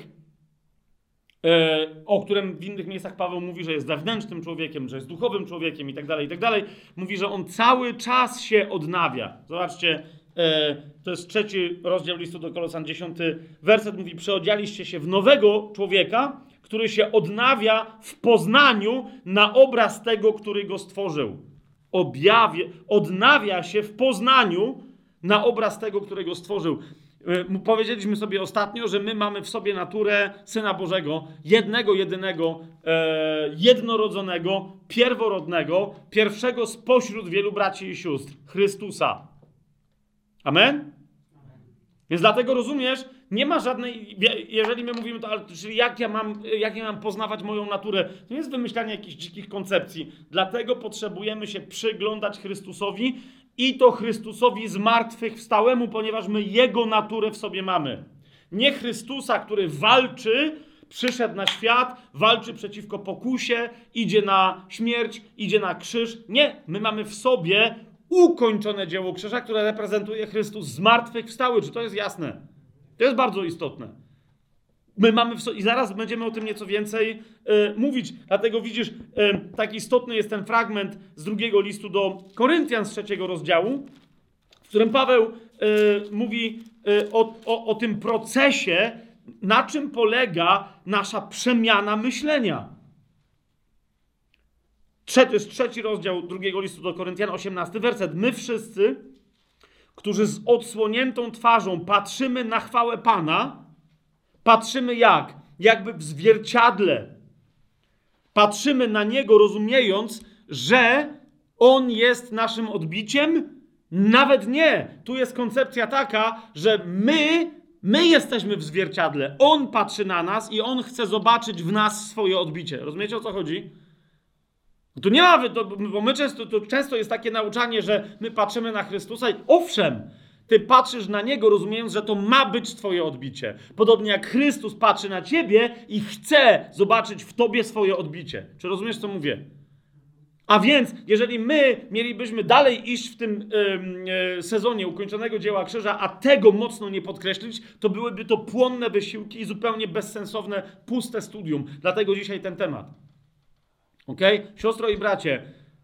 o którym w innych miejscach Paweł mówi, że jest wewnętrznym człowiekiem, że jest duchowym człowiekiem i tak dalej, mówi, że on cały czas się odnawia. Zobaczcie, to jest 3 rozdział listu do Kolosan, 10 werset, mówi, przyodzialiście się w nowego człowieka, który się odnawia w poznaniu na obraz tego, który go stworzył. Odnawia się w poznaniu na obraz tego, którego stworzył. Powiedzieliśmy sobie ostatnio, że my mamy w sobie naturę Syna Bożego, jednego, jedynego, jednorodzonego, pierworodnego, pierwszego spośród wielu braci i sióstr, Chrystusa. Amen? Więc dlatego rozumiesz, nie ma żadnej, jeżeli my mówimy to, ale czyli jak ja mam poznawać moją naturę, to nie jest wymyślanie jakichś dzikich koncepcji. Dlatego potrzebujemy się przyglądać Chrystusowi i to Chrystusowi zmartwychwstałemu, ponieważ my Jego naturę w sobie mamy. Nie Chrystusa, który walczy przyszedł na świat, walczy przeciwko pokusie, idzie na śmierć, idzie na krzyż. Nie, my mamy w sobie ukończone dzieło krzyża, które reprezentuje Chrystus zmartwychwstały. Czy to jest jasne? To jest bardzo istotne. My mamy w sobie, i zaraz będziemy o tym nieco więcej mówić. Dlatego widzisz, tak istotny jest ten fragment z 2 listu do Koryntian z 3 rozdziału, w którym Paweł mówi o tym procesie, na czym polega nasza przemiana myślenia. To jest 3 rozdział 2 listu do Koryntian, 18 werset. My wszyscy, którzy z odsłoniętą twarzą patrzymy na chwałę Pana, patrzymy jak? Jakby w zwierciadle. Patrzymy na Niego, rozumiejąc, że On jest naszym odbiciem. Nawet nie. Tu jest koncepcja taka, że my jesteśmy w zwierciadle. On patrzy na nas i On chce zobaczyć w nas swoje odbicie. Rozumiecie, o co chodzi? Tu nie ma, bo my często jest takie nauczanie, że my patrzymy na Chrystusa i owszem, ty patrzysz na Niego, rozumiejąc, że to ma być twoje odbicie. Podobnie jak Chrystus patrzy na ciebie i chce zobaczyć w tobie swoje odbicie. Czy rozumiesz, co mówię? A więc, jeżeli my mielibyśmy dalej iść w tym sezonie ukończonego dzieła krzyża, a tego mocno nie podkreślić, to byłyby to płonne wysiłki i zupełnie bezsensowne, puste studium. Dlatego dzisiaj ten temat. Okej? Siostro i bracie,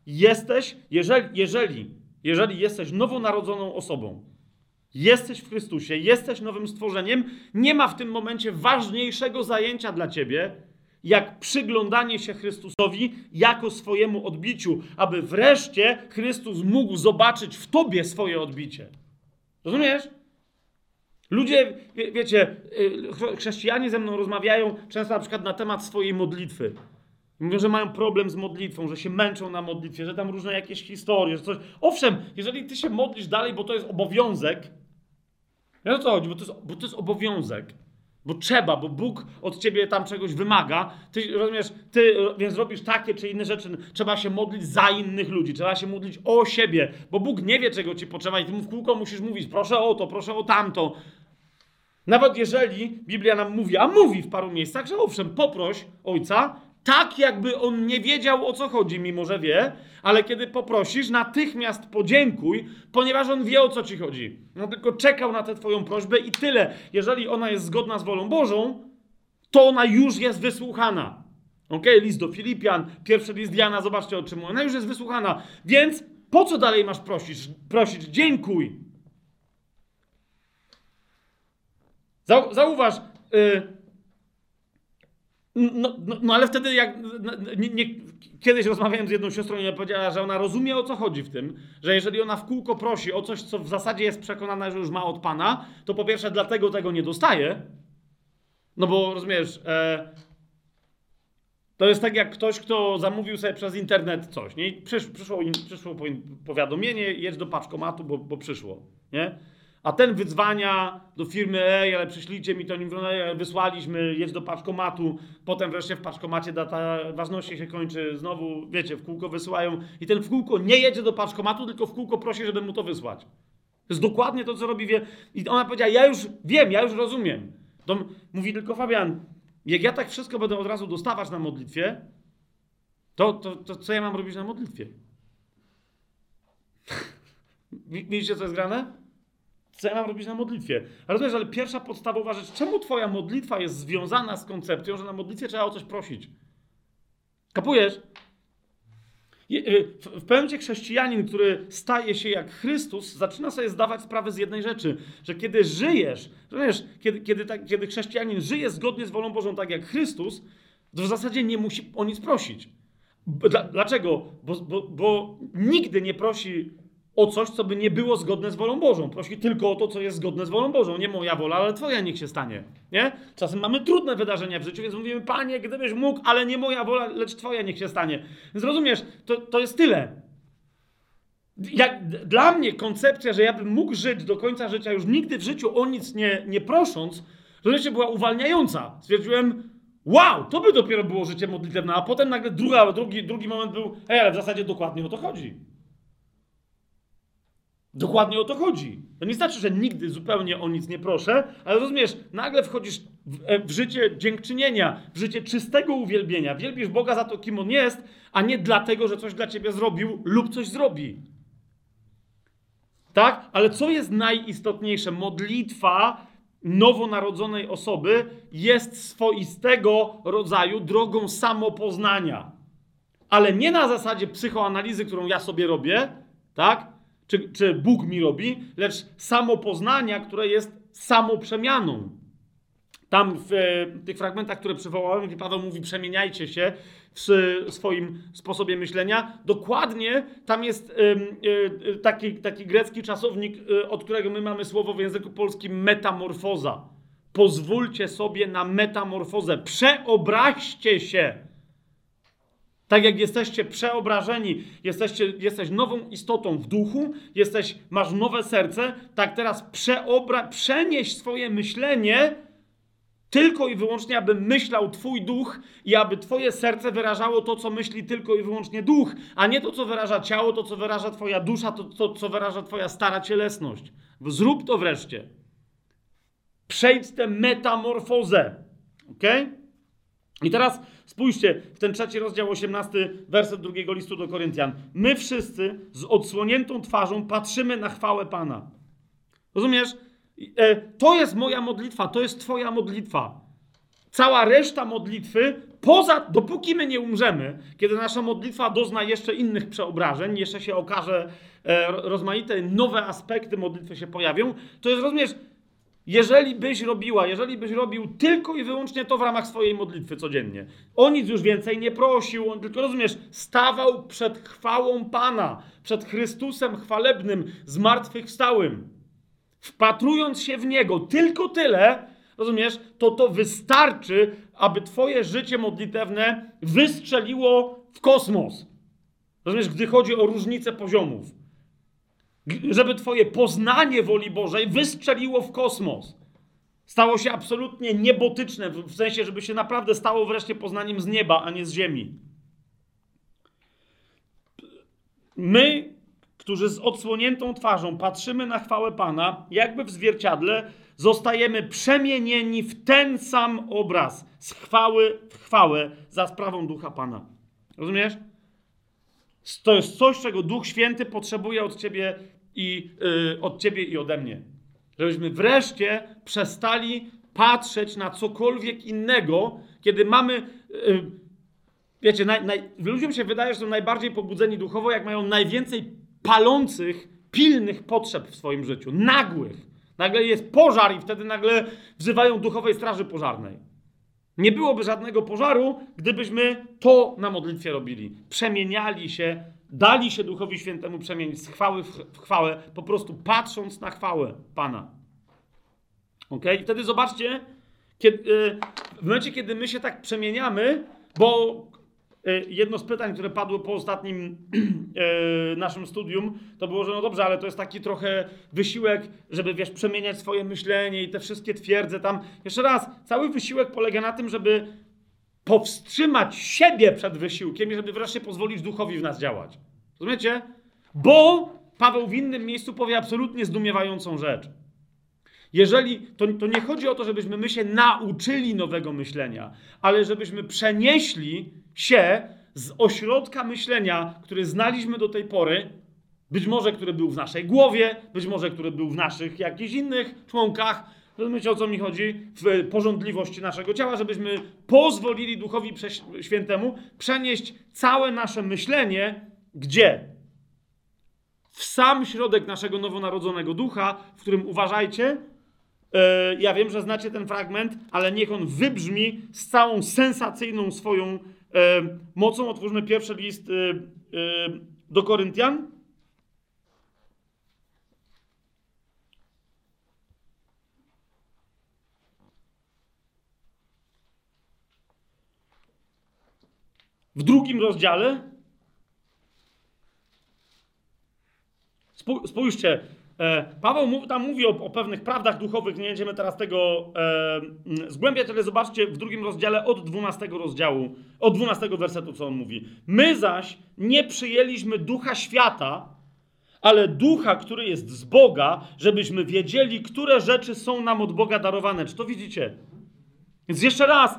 jeżeli jesteś nowonarodzoną osobą, jesteś w Chrystusie, jesteś nowym stworzeniem, nie ma w tym momencie ważniejszego zajęcia dla ciebie, jak przyglądanie się Chrystusowi jako swojemu odbiciu, aby wreszcie Chrystus mógł zobaczyć w tobie swoje odbicie. Rozumiesz? Ludzie, wiecie, chrześcijanie ze mną rozmawiają często na przykład na temat swojej modlitwy. Mówią, że mają problem z modlitwą, że się męczą na modlitwie, że tam różne jakieś historie, że coś. Owszem, jeżeli ty się modlisz dalej, bo to jest obowiązek, wiesz o co chodzi, bo to jest obowiązek, bo trzeba, bo Bóg od ciebie tam czegoś wymaga, ty rozumiesz, więc robisz takie czy inne rzeczy, trzeba się modlić za innych ludzi, trzeba się modlić o siebie, bo Bóg nie wie, czego ci potrzeba i ty mu w kółko musisz mówić, proszę o to, proszę o tamto. Nawet jeżeli Biblia nam mówi, a mówi w paru miejscach, że owszem, poproś Ojca, tak jakby On nie wiedział, o co chodzi, mimo że wie, ale kiedy poprosisz, natychmiast podziękuj, ponieważ On wie, o co ci chodzi. On tylko czekał na tę twoją prośbę i tyle. Jeżeli ona jest zgodna z wolą Bożą, to ona już jest wysłuchana. List do Filipian, pierwszy list Jana, zobaczcie, o czym mówi. Ona już jest wysłuchana. Więc po co dalej masz prosić? Dziękuj. Zauważ, no ale wtedy jak kiedyś rozmawiałem z jedną siostrą i ona powiedziała, że ona rozumie, o co chodzi w tym, że jeżeli ona w kółko prosi o coś, co w zasadzie jest przekonana, że już ma od Pana, to po pierwsze dlatego tego nie dostaje, no bo rozumiesz, to jest tak jak ktoś, kto zamówił sobie przez internet coś, nie? Przyszło powiadomienie, jedź do paczkomatu, bo przyszło, nie? A ten wydzwania do firmy, ale przyślijcie mi to, wysłaliśmy, jedź do paczkomatu, potem wreszcie w paczkomacie data ważności się kończy, znowu, wiecie, w kółko wysyłają i ten w kółko nie jedzie do paczkomatu, tylko w kółko prosi, żeby mu to wysłać. To jest dokładnie to, co robi. I ona powiedziała, ja już wiem, ja już rozumiem. To mówi tylko Fabian, jak ja tak wszystko będę od razu dostawać na modlitwie, to co ja mam robić na modlitwie? Widzicie, co jest grane? Co ja mam robić na modlitwie? Rozumiesz, ale pierwsza podstawowa rzecz, czemu twoja modlitwa jest związana z koncepcją, że na modlitwie trzeba o coś prosić? Kapujesz? W pewnym momencie chrześcijanin, który staje się jak Chrystus, zaczyna sobie zdawać sprawę z jednej rzeczy, że kiedy żyjesz, rozumiesz, kiedy chrześcijanin żyje zgodnie z wolą Bożą tak jak Chrystus, to w zasadzie nie musi o nic prosić. Dlaczego? Bo nigdy nie prosi o coś, co by nie było zgodne z wolą Bożą. Prosi tylko o to, co jest zgodne z wolą Bożą. Nie moja wola, ale twoja niech się stanie. Nie? Czasem mamy trudne wydarzenia w życiu, więc mówimy, Panie, gdybyś mógł, ale nie moja wola, lecz twoja niech się stanie. Więc rozumiesz, to jest tyle. Dla mnie koncepcja, że ja bym mógł żyć do końca życia, już nigdy w życiu o nic nie prosząc, to była uwalniająca. Stwierdziłem, wow, to by dopiero było życie modlitewne, a potem nagle drugi moment był, ale w zasadzie dokładnie o to chodzi. Dokładnie o to chodzi. To nie znaczy, że nigdy zupełnie o nic nie proszę, ale rozumiesz, nagle wchodzisz w życie dziękczynienia, w życie czystego uwielbienia. Wielbisz Boga za to, kim On jest, a nie dlatego, że coś dla ciebie zrobił lub coś zrobi. Tak? Ale co jest najistotniejsze? Modlitwa nowonarodzonej osoby jest swoistego rodzaju drogą samopoznania. Ale nie na zasadzie psychoanalizy, którą ja sobie robię, tak? Czy Bóg mi robi, lecz samopoznania, które jest samoprzemianą. Tam w tych fragmentach, które przywołałem, gdzie Paweł mówi, przemieniajcie się w swoim sposobie myślenia. Dokładnie tam jest taki grecki czasownik, od którego my mamy słowo w języku polskim metamorfoza. Pozwólcie sobie na metamorfozę. Przeobraźcie się. Tak jak jesteście przeobrażeni, jesteś nową istotą w duchu, masz nowe serce, tak teraz przenieś swoje myślenie tylko i wyłącznie, aby myślał twój duch i aby twoje serce wyrażało to, co myśli tylko i wyłącznie duch, a nie to, co wyraża ciało, to, co wyraża twoja dusza, to, co wyraża twoja stara cielesność. Zrób to wreszcie. Przejdź tę metamorfozę. Okej? I teraz spójrzcie, w ten 3 rozdział 18, werset 2 listu do Koryntian. My wszyscy z odsłoniętą twarzą patrzymy na chwałę Pana. Rozumiesz? To jest moja modlitwa, to jest twoja modlitwa. Cała reszta modlitwy, dopóki my nie umrzemy, kiedy nasza modlitwa dozna jeszcze innych przeobrażeń, jeszcze się okaże, rozmaite nowe aspekty modlitwy się pojawią, to jest, rozumiesz, jeżeli byś robił tylko i wyłącznie to w ramach swojej modlitwy codziennie. O nic już więcej nie prosił, on tylko, rozumiesz, stawał przed chwałą Pana, przed Chrystusem chwalebnym, zmartwychwstałym, wpatrując się w Niego, tylko tyle, rozumiesz, to wystarczy, aby twoje życie modlitewne wystrzeliło w kosmos. Rozumiesz, gdy chodzi o różnicę poziomów. Żeby twoje poznanie woli Bożej wystrzeliło w kosmos. Stało się absolutnie niebotyczne, w sensie, żeby się naprawdę stało wreszcie poznaniem z nieba, a nie z ziemi. My, którzy z odsłoniętą twarzą patrzymy na chwałę Pana, jakby w zwierciadle, zostajemy przemienieni w ten sam obraz, z chwały w chwałę, za sprawą Ducha Pana. Rozumiesz? To jest coś, czego Duch Święty potrzebuje od ciebie i ode mnie. Żebyśmy wreszcie przestali patrzeć na cokolwiek innego, kiedy mamy... Wiecie, ludziom się wydaje, że są najbardziej pobudzeni duchowo, jak mają najwięcej palących, pilnych potrzeb w swoim życiu. Nagłych. Nagle jest pożar i wtedy nagle wzywają duchowej straży pożarnej. Nie byłoby żadnego pożaru, gdybyśmy to na modlitwie robili. Przemieniali się, dali się Duchowi Świętemu przemienić z chwały w chwałę, po prostu patrząc na chwałę Pana. Okay? I wtedy zobaczcie, w momencie, kiedy my się tak przemieniamy, bo jedno z pytań, które padło po ostatnim naszym studium, to było, że no dobrze, ale to jest taki trochę wysiłek, żeby, wiesz, przemieniać swoje myślenie i te wszystkie twierdze tam. Jeszcze raz, cały wysiłek polega na tym, żeby powstrzymać siebie przed wysiłkiem i żeby wreszcie pozwolić Duchowi w nas działać. Rozumiecie? Bo Paweł w innym miejscu powie absolutnie zdumiewającą rzecz. To nie chodzi o to, żebyśmy my się nauczyli nowego myślenia, ale żebyśmy przenieśli się z ośrodka myślenia, który znaliśmy do tej pory, być może który był w naszej głowie, być może który był w naszych jakichś innych członkach, rozumiecie, o co mi chodzi, w porządliwości naszego ciała, żebyśmy pozwolili Duchowi Świętemu przenieść całe nasze myślenie, gdzie? W sam środek naszego nowonarodzonego ducha, w którym, uważajcie, ja wiem, że znacie ten fragment, ale niech on wybrzmi z całą sensacyjną swoją mocą. Otwórzmy pierwszy list do Koryntian. W 2 rozdziale. Spójrzcie, Paweł tam mówi o pewnych prawdach duchowych, nie będziemy teraz tego zgłębiać, ale zobaczcie w 2 rozdziale od 12 wersetu, co on mówi. My zaś nie przyjęliśmy ducha świata, ale ducha, który jest z Boga, żebyśmy wiedzieli, które rzeczy są nam od Boga darowane. Czy to widzicie? Więc jeszcze raz,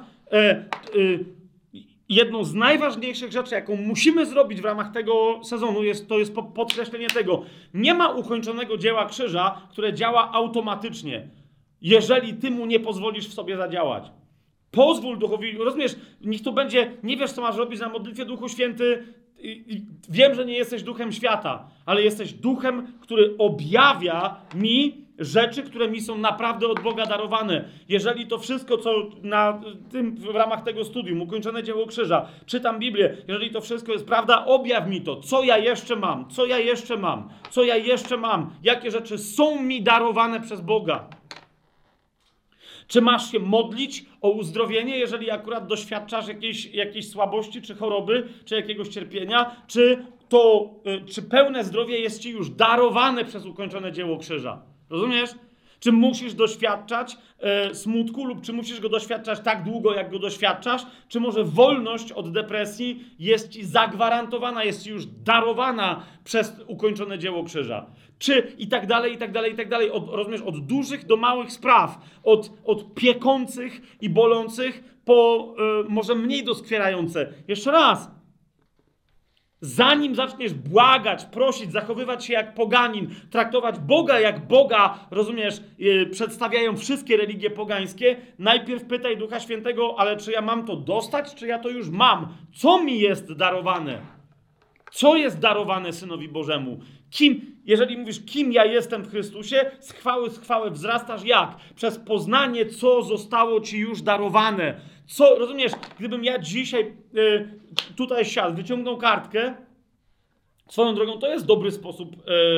jedną z najważniejszych rzeczy, jaką musimy zrobić w ramach tego sezonu, to jest podkreślenie tego. Nie ma ukończonego dzieła krzyża, które działa automatycznie, jeżeli ty mu nie pozwolisz w sobie zadziałać. Pozwól Duchowi, rozumiesz, niech to będzie, nie wiesz, co masz robić na modlitwie, Duchu Święty, wiem, że nie jesteś duchem świata, ale jesteś duchem, który objawia mi rzeczy, które mi są naprawdę od Boga darowane. Jeżeli to wszystko, co w ramach tego studium, ukończone dzieło krzyża, czytam Biblię, jeżeli to wszystko jest prawda, objaw mi to, co ja jeszcze mam, co ja jeszcze mam, co ja jeszcze mam, jakie rzeczy są mi darowane przez Boga. Czy masz się modlić o uzdrowienie, jeżeli akurat doświadczasz jakiejś słabości, czy choroby, czy jakiegoś cierpienia? Czy pełne zdrowie jest ci już darowane przez ukończone dzieło krzyża? Rozumiesz? Czy musisz doświadczać smutku lub czy musisz go doświadczać tak długo, jak go doświadczasz? Czy może wolność od depresji jest ci zagwarantowana, jest ci już darowana przez ukończone dzieło krzyża? Czy i tak dalej, i tak dalej, i tak dalej. Rozumiesz, od dużych do małych spraw, od piekących i bolących po może mniej doskwierające. Jeszcze raz. Zanim zaczniesz błagać, prosić, zachowywać się jak poganin, traktować Boga jak Boga, rozumiesz, przedstawiają wszystkie religie pogańskie, najpierw pytaj Ducha Świętego, ale czy ja mam to dostać, czy ja to już mam? Co mi jest darowane? Co jest darowane Synowi Bożemu? Jeżeli mówisz, kim ja jestem w Chrystusie, z chwały w chwałę wzrastasz jak? Przez poznanie, co zostało ci już darowane. Co, rozumiesz, gdybym ja dzisiaj tutaj siadł, wyciągnął kartkę, swoją drogą to jest dobry sposób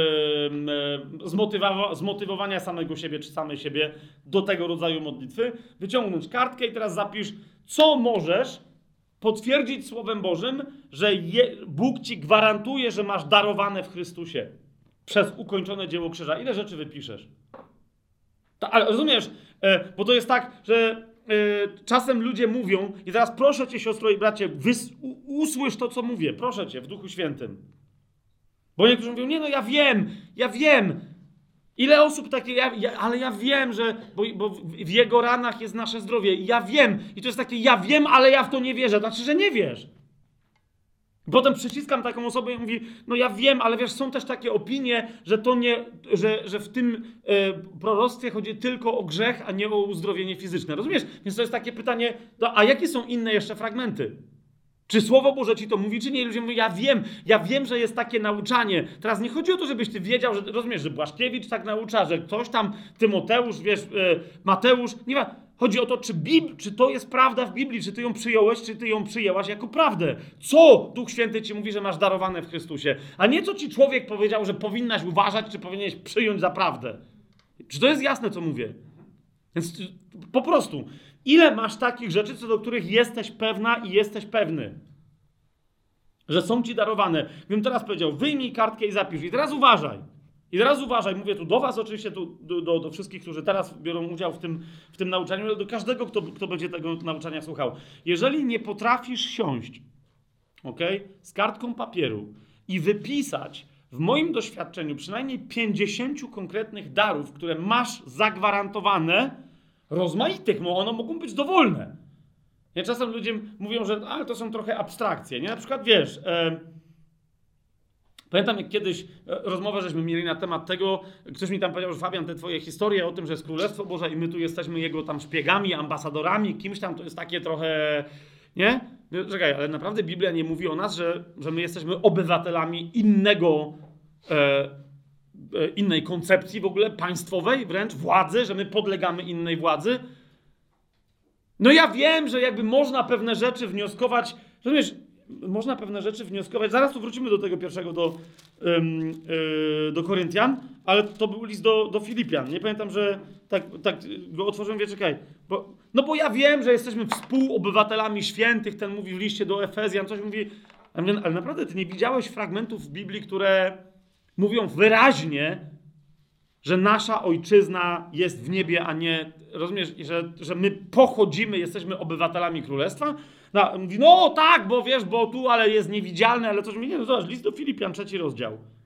zmotywowania samego siebie czy samej siebie do tego rodzaju modlitwy. Wyciągnąć kartkę i teraz zapisz, co możesz potwierdzić Słowem Bożym, że Bóg ci gwarantuje, że masz darowane w Chrystusie przez ukończone dzieło krzyża. Ile rzeczy wypiszesz? Ale rozumiesz, bo to jest tak, że czasem ludzie mówią, i teraz proszę cię, siostro i bracie, usłysz to, co mówię, proszę cię, w Duchu Świętym. Bo niektórzy mówią, nie no, ja wiem. Ile osób takie, ale ja wiem, że, bo w jego ranach jest nasze zdrowie. Ja wiem. I to jest takie, ja wiem, ale ja w to nie wierzę. Znaczy, że nie wiesz. Potem przyciskam taką osobę i mówi, no ja wiem, ale wiesz, są też takie opinie, że to nie, że w tym proroctwie chodzi tylko o grzech, a nie o uzdrowienie fizyczne. Rozumiesz? Więc to jest takie pytanie, no, a jakie są inne jeszcze fragmenty? Czy Słowo Boże ci to mówi, czy nie? I ludzie mówią, ja wiem, że jest takie nauczanie. Teraz nie chodzi o to, żebyś ty wiedział, że rozumiesz, że Błaszkiewicz tak naucza, że ktoś tam, Tymoteusz, wiesz, Mateusz, nie ma. Chodzi o to, czy to jest prawda w Biblii, czy ty ją przyjąłeś, czy ty ją przyjęłaś jako prawdę. Co Duch Święty ci mówi, że masz darowane w Chrystusie, a nie co ci człowiek powiedział, że powinnaś uważać, czy powinieneś przyjąć za prawdę. Czy to jest jasne, co mówię? Więc po prostu, ile masz takich rzeczy, co do których jesteś pewna i jesteś pewny, że są ci darowane? Gdybym teraz powiedział, wyjmij kartkę i zapisz. I teraz uważaj, mówię tu do was oczywiście, do wszystkich, którzy teraz biorą udział w tym nauczaniu, ale do każdego, kto będzie tego nauczania słuchał. Jeżeli nie potrafisz siąść, z kartką papieru i wypisać w moim doświadczeniu przynajmniej 50 konkretnych darów, które masz zagwarantowane, rozmaitych, bo one mogą być dowolne. Nie? Czasem ludzie mówią, że ale to są trochę abstrakcje. Nie? Na przykład, wiesz, pamiętam jak kiedyś rozmowę żeśmy mieli na temat tego, ktoś mi tam powiedział, że Fabian, te twoje historie o tym, że jest Królestwo Boże i my tu jesteśmy jego tam szpiegami, ambasadorami, kimś tam, to jest takie trochę, nie? Czekaj, ale naprawdę Biblia nie mówi o nas, że my jesteśmy obywatelami innej koncepcji w ogóle państwowej, wręcz władzy, że my podlegamy innej władzy. No ja wiem, że jakby można pewne rzeczy wnioskować, rozumiesz, można pewne rzeczy wnioskować, zaraz tu wrócimy do tego pierwszego, do Koryntian, ale to był list do Filipian. Nie pamiętam, że tak go otworzyłem, czekaj. Bo ja wiem, że jesteśmy współobywatelami świętych, ten mówi w liście do Efezjan, coś mówi, ale naprawdę ty nie widziałeś fragmentów w Biblii, które mówią wyraźnie, że nasza ojczyzna jest w niebie, a nie, rozumiesz, że my pochodzimy, jesteśmy obywatelami królestwa? Mówi, no tak, bo wiesz, bo tu, ale jest niewidzialne, ale coś mi nie, no zobacz, list do Filipian, 3 rozdział.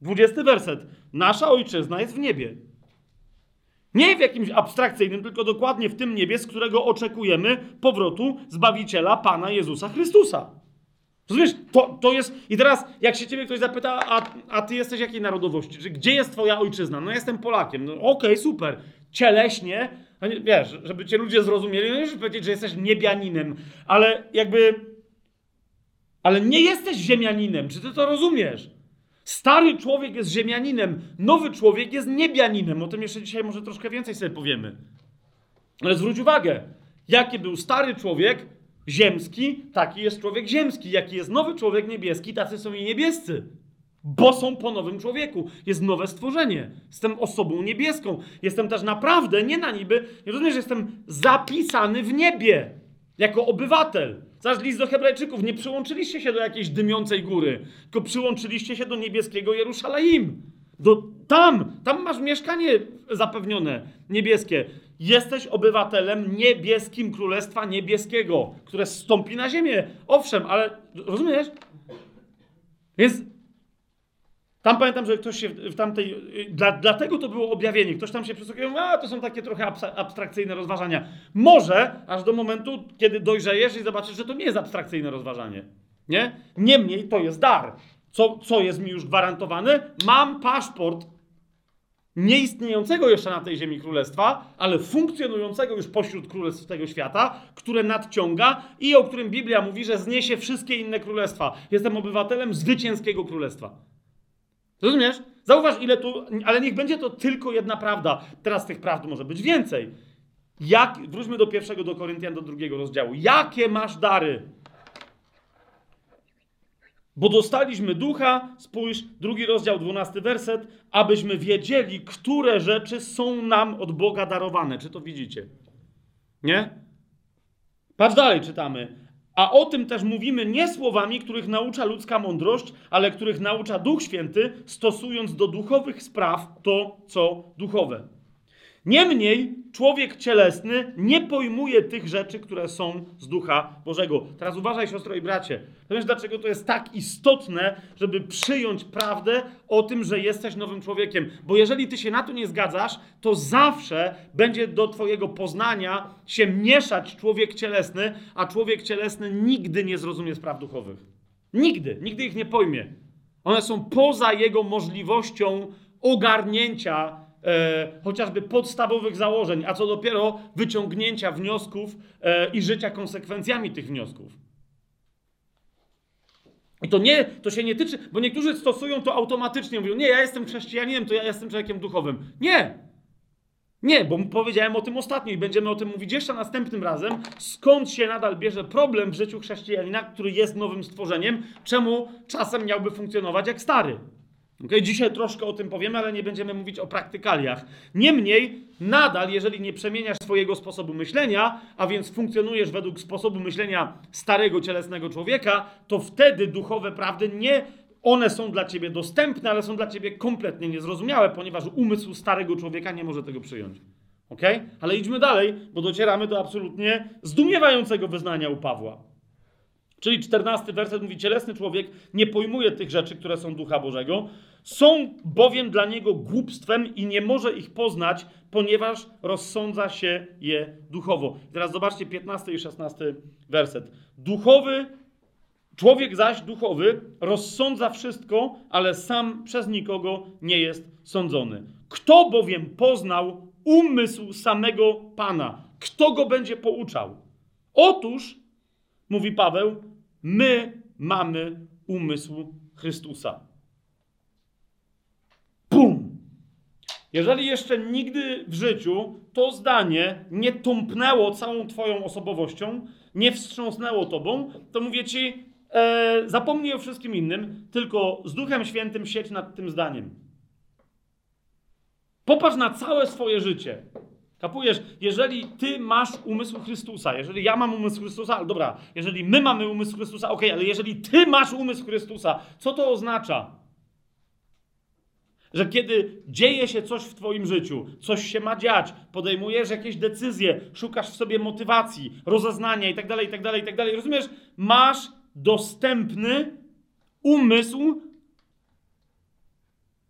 20 werset. Nasza ojczyzna jest w niebie. Nie w jakimś abstrakcyjnym, tylko dokładnie w tym niebie, z którego oczekujemy powrotu Zbawiciela, Pana Jezusa Chrystusa. Rozumiesz? To jest... I teraz, jak się ciebie ktoś zapyta, a ty jesteś jakiej narodowości? Czy gdzie jest twoja ojczyzna? No jestem Polakiem. No okej, super. Cieleśnie, wiesz, żeby cię ludzie zrozumieli, no już powiedzieć, że jesteś niebianinem, ale jakby... Ale nie jesteś ziemianinem. Czy ty to rozumiesz? Stary człowiek jest ziemianinem, nowy człowiek jest niebianinem. O tym jeszcze dzisiaj może troszkę więcej sobie powiemy. Ale zwróć uwagę, jaki był stary człowiek ziemski, taki jest człowiek ziemski. Jaki jest nowy człowiek niebieski, tacy są i niebiescy. Bo są po nowym człowieku. Jest nowe stworzenie. Jestem osobą niebieską. Jestem też naprawdę, nie na niby, nie rozumiesz, że jestem zapisany w niebie. Jako obywatel. Zaś list do Hebrajczyków. Nie przyłączyliście się do jakiejś dymiącej góry, tylko przyłączyliście się do niebieskiego Jerusalem. Tam masz mieszkanie zapewnione, niebieskie. Jesteś obywatelem niebieskim Królestwa Niebieskiego, które zstąpi na ziemię. Owszem, ale rozumiesz? Więc tam pamiętam, że ktoś się w tamtej... Dlatego to było objawienie. Ktoś tam się przysłuchiwał, to są takie trochę abstrakcyjne rozważania. Może aż do momentu, kiedy dojrzejesz i zobaczysz, że to nie jest abstrakcyjne rozważanie. Nie? Niemniej to jest dar. Co jest mi już gwarantowane? Mam paszport nieistniejącego jeszcze na tej ziemi królestwa, ale funkcjonującego już pośród królestw tego świata, które nadciąga i o którym Biblia mówi, że zniesie wszystkie inne królestwa. Jestem obywatelem zwycięskiego królestwa. Rozumiesz? Zauważ, ile tu... Ale niech będzie to tylko jedna prawda. Teraz tych prawd może być więcej. Wróćmy do 1 do Koryntian, do 2 rozdziału. Jakie masz dary? Bo dostaliśmy ducha, spójrz, 2 rozdział, 12 werset, abyśmy wiedzieli, które rzeczy są nam od Boga darowane. Czy to widzicie? Nie? Patrz dalej, czytamy. A o tym też mówimy nie słowami, których naucza ludzka mądrość, ale których naucza Duch Święty, stosując do duchowych spraw to, co duchowe. Niemniej człowiek cielesny nie pojmuje tych rzeczy, które są z Ducha Bożego. Teraz uważaj, siostro i bracie. Wiesz, dlaczego to jest tak istotne, żeby przyjąć prawdę o tym, że jesteś nowym człowiekiem? Bo jeżeli ty się na to nie zgadzasz, to zawsze będzie do twojego poznania się mieszać człowiek cielesny, a człowiek cielesny nigdy nie zrozumie spraw duchowych. Nigdy ich nie pojmie. One są poza jego możliwością ogarnięcia chociażby podstawowych założeń, a co dopiero wyciągnięcia wniosków i życia konsekwencjami tych wniosków. I to się nie tyczy, bo niektórzy stosują to automatycznie, mówią, nie, ja jestem chrześcijaninem, to ja jestem człowiekiem duchowym. Nie, bo powiedziałem o tym ostatnio i będziemy o tym mówić jeszcze następnym razem, skąd się nadal bierze problem w życiu chrześcijanina, który jest nowym stworzeniem, czemu czasem miałby funkcjonować jak stary. Okay? Dzisiaj troszkę o tym powiemy, ale nie będziemy mówić o praktykaliach. Niemniej, nadal, jeżeli nie przemieniasz swojego sposobu myślenia, a więc funkcjonujesz według sposobu myślenia starego, cielesnego człowieka, to wtedy duchowe prawdy one są dla ciebie dostępne, ale są dla ciebie kompletnie niezrozumiałe, ponieważ umysł starego człowieka nie może tego przyjąć. Okay? Ale idźmy dalej, bo docieramy do absolutnie zdumiewającego wyznania u Pawła. Czyli 14 werset mówi, cielesny człowiek nie pojmuje tych rzeczy, które są Ducha Bożego, są bowiem dla niego głupstwem i nie może ich poznać, ponieważ rozsądza się je duchowo. Teraz zobaczcie 15 i 16 werset. Człowiek zaś duchowy rozsądza wszystko, ale sam przez nikogo nie jest sądzony. Kto bowiem poznał umysł samego Pana? Kto go będzie pouczał? Otóż, mówi Paweł, my mamy umysł Chrystusa. Bum! Jeżeli jeszcze nigdy w życiu to zdanie nie tąpnęło całą twoją osobowością, nie wstrząsnęło tobą, to mówię ci, zapomnij o wszystkim innym, tylko z Duchem Świętym siedź nad tym zdaniem. Popatrz na całe swoje życie. Kapujesz? Jeżeli ty masz umysł Chrystusa, jeżeli ja mam umysł Chrystusa, ale dobra, jeżeli my mamy umysł Chrystusa, okej, ale jeżeli ty masz umysł Chrystusa, co to oznacza? Że kiedy dzieje się coś w twoim życiu, coś się ma dziać, podejmujesz jakieś decyzje, szukasz w sobie motywacji, rozeznania itd., rozumiesz? Masz dostępny umysł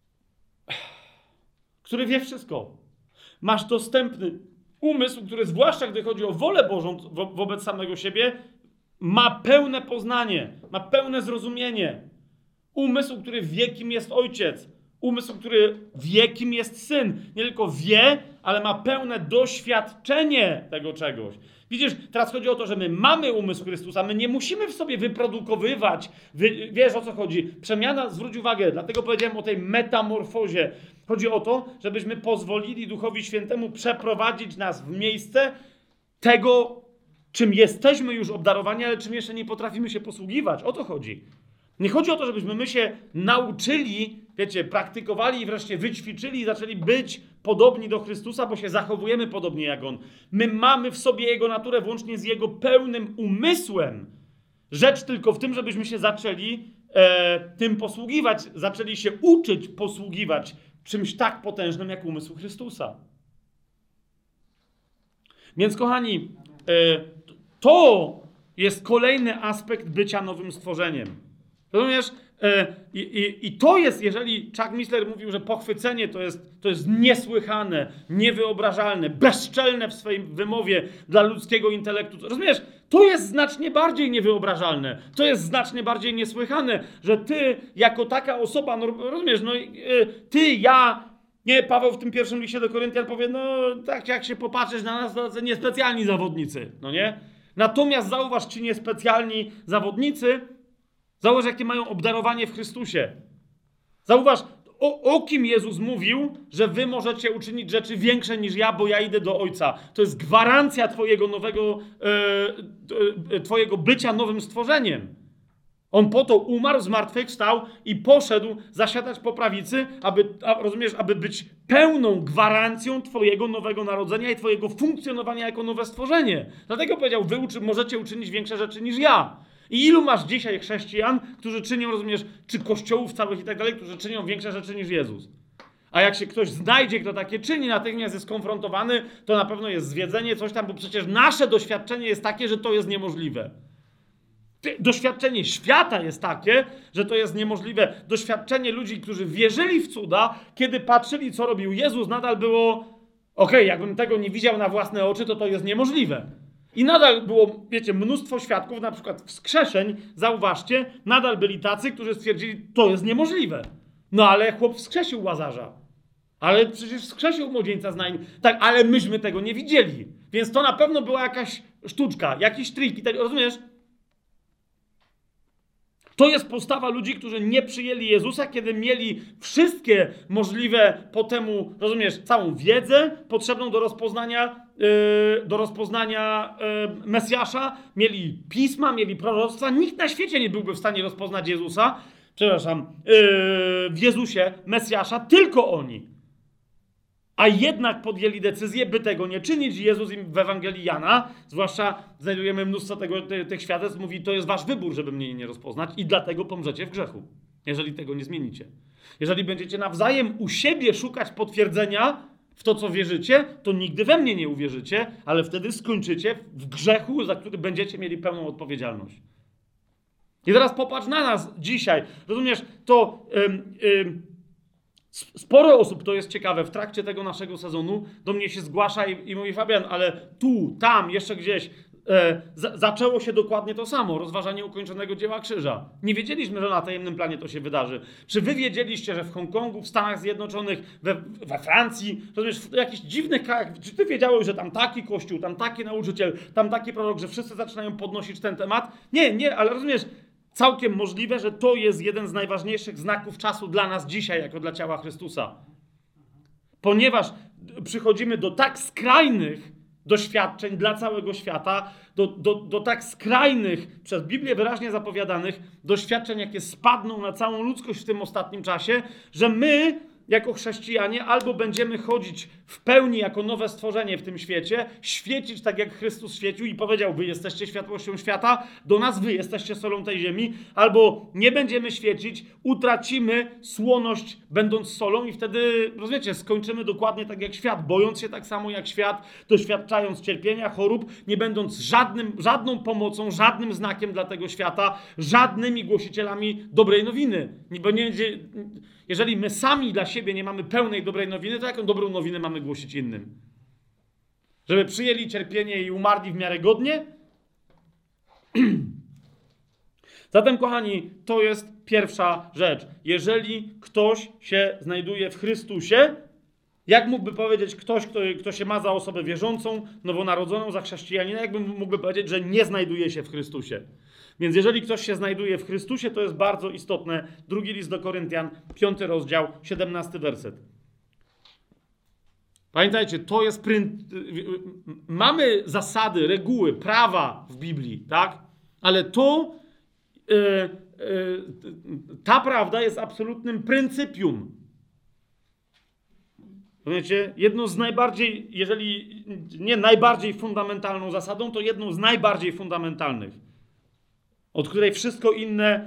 który wie wszystko. Masz dostępny umysł, który zwłaszcza gdy chodzi o wolę Bożą wobec samego siebie, ma pełne poznanie, ma pełne zrozumienie. Umysł, który wie, kim jest Ojciec. Umysł, który wie, kim jest Syn. Nie tylko wie, ale ma pełne doświadczenie tego czegoś. Widzisz, teraz chodzi o to, że my mamy umysł Chrystusa, my nie musimy w sobie wyprodukowywać. Wiesz, o co chodzi? Przemiana, zwróć uwagę, dlatego powiedziałem o tej metamorfozie. Chodzi o to, żebyśmy pozwolili Duchowi Świętemu przeprowadzić nas w miejsce tego, czym jesteśmy już obdarowani, ale czym jeszcze nie potrafimy się posługiwać. O to chodzi. Nie chodzi o to, żebyśmy my się nauczyli, wiecie, praktykowali i wreszcie wyćwiczyli i zaczęli być podobni do Chrystusa, bo się zachowujemy podobnie jak On. My mamy w sobie Jego naturę, włącznie z Jego pełnym umysłem. Rzecz tylko w tym, żebyśmy się zaczęli tym posługiwać, zaczęli się uczyć posługiwać czymś tak potężnym jak umysł Chrystusa. Więc kochani, to jest kolejny aspekt bycia nowym stworzeniem. Rozumiesz? I to jest, jeżeli Chuck Missler mówił, że pochwycenie to jest niesłychane, niewyobrażalne, bezczelne w swojej wymowie dla ludzkiego intelektu. Rozumiesz? To jest znacznie bardziej niewyobrażalne. To jest znacznie bardziej niesłychane, że ty jako taka osoba, no, rozumiesz, no ty, ja, nie, Paweł w tym pierwszym liście do Koryntian powie, no tak jak się popatrzysz na nas, to niespecjalni zawodnicy, no nie? Natomiast zauważ, ci niespecjalni zawodnicy, zauważ, jakie mają obdarowanie w Chrystusie. Zauważ, o kim Jezus mówił, że wy możecie uczynić rzeczy większe niż ja, bo ja idę do Ojca. To jest gwarancja twojego bycia nowym stworzeniem. On po to umarł, zmartwychwstał i poszedł zasiadać po prawicy, aby być pełną gwarancją twojego nowego narodzenia i twojego funkcjonowania jako nowe stworzenie. Dlatego powiedział, wy możecie uczynić większe rzeczy niż ja. I ilu masz dzisiaj chrześcijan, którzy czynią, rozumiesz, czy kościołów całych i tak dalej, którzy czynią większe rzeczy niż Jezus. A jak się ktoś znajdzie, kto takie czyni, natychmiast jest skonfrontowany, to na pewno jest zwiedzenie, coś tam, bo przecież nasze doświadczenie jest takie, że to jest niemożliwe. Doświadczenie świata jest takie, że to jest niemożliwe. Doświadczenie ludzi, którzy wierzyli w cuda, kiedy patrzyli, co robił Jezus, nadal było okej, jakbym tego nie widział na własne oczy, to jest niemożliwe. I nadal było, wiecie, mnóstwo świadków, na przykład wskrzeszeń, zauważcie, nadal byli tacy, którzy stwierdzili, to jest niemożliwe. No ale chłop wskrzesił Łazarza. Ale przecież wskrzesił młodzieńca z Nain. Tak, ale myśmy tego nie widzieli. Więc to na pewno była jakaś sztuczka, jakiś trik. Rozumiesz? To jest postawa ludzi, którzy nie przyjęli Jezusa, kiedy mieli wszystkie możliwe po temu, rozumiesz, całą wiedzę potrzebną do rozpoznania Mesjasza, mieli pisma, mieli proroctwa. Nikt na świecie nie byłby w stanie rozpoznać Jezusa, w Jezusie Mesjasza, tylko oni. A jednak podjęli decyzję, by tego nie czynić. Jezus im w Ewangelii Jana, zwłaszcza znajdujemy mnóstwo tych świadectw, mówi, to jest wasz wybór, żeby mnie nie rozpoznać i dlatego pomrzecie w grzechu, jeżeli tego nie zmienicie. Jeżeli będziecie nawzajem u siebie szukać potwierdzenia w to, co wierzycie, to nigdy we mnie nie uwierzycie, ale wtedy skończycie w grzechu, za który będziecie mieli pełną odpowiedzialność. I teraz popatrz na nas dzisiaj. Rozumiesz, to... Sporo osób, to jest ciekawe, w trakcie tego naszego sezonu do mnie się zgłasza i mówi, Fabian, ale tu, tam, jeszcze gdzieś zaczęło się dokładnie to samo, rozważanie ukończonego dzieła krzyża. Nie wiedzieliśmy, że na tajemnym planie to się wydarzy. Czy wy wiedzieliście, że w Hongkongu, w Stanach Zjednoczonych, we Francji, rozumiesz, w jakichś dziwnych krajach, czy ty wiedziałeś, że tam taki kościół, tam taki nauczyciel, tam taki prorok, że wszyscy zaczynają podnosić ten temat? Nie, ale rozumiesz, całkiem możliwe, że to jest jeden z najważniejszych znaków czasu dla nas dzisiaj, jako dla ciała Chrystusa. Ponieważ przychodzimy do tak skrajnych doświadczeń dla całego świata, do tak skrajnych, przez Biblię wyraźnie zapowiadanych doświadczeń, jakie spadną na całą ludzkość w tym ostatnim czasie, że my, jako chrześcijanie, albo będziemy chodzić w pełni jako nowe stworzenie w tym świecie, świecić tak jak Chrystus świecił i powiedział, wy jesteście światłością świata, do nas wy jesteście solą tej ziemi, albo nie będziemy świecić, utracimy słoność będąc solą i wtedy, rozumiecie, skończymy dokładnie tak jak świat, bojąc się tak samo jak świat, doświadczając cierpienia, chorób, nie będąc żadną pomocą, żadnym znakiem dla tego świata, żadnymi głosicielami dobrej nowiny. Bo nie będzie, jeżeli my sami dla siebie nie mamy pełnej dobrej nowiny, to jaką dobrą nowinę mamy głosić innym? Żeby przyjęli cierpienie i umarli w miarę godnie? Zatem, kochani, to jest pierwsza rzecz. Jeżeli ktoś się znajduje w Chrystusie, jak mógłby powiedzieć ktoś, kto się ma za osobę wierzącą, nowonarodzoną, za chrześcijanina, jakby mógłby powiedzieć, że nie znajduje się w Chrystusie? Więc jeżeli ktoś się znajduje w Chrystusie, to jest bardzo istotne. 2 list do Koryntian, 5 rozdział, 17 werset. Pamiętajcie, to jest mamy zasady, reguły, prawa w Biblii, tak? Ale ta prawda jest absolutnym pryncypium. Rozumiecie? Jedną z najbardziej, jeżeli nie najbardziej fundamentalną zasadą, to jedną z najbardziej fundamentalnych, od której wszystko inne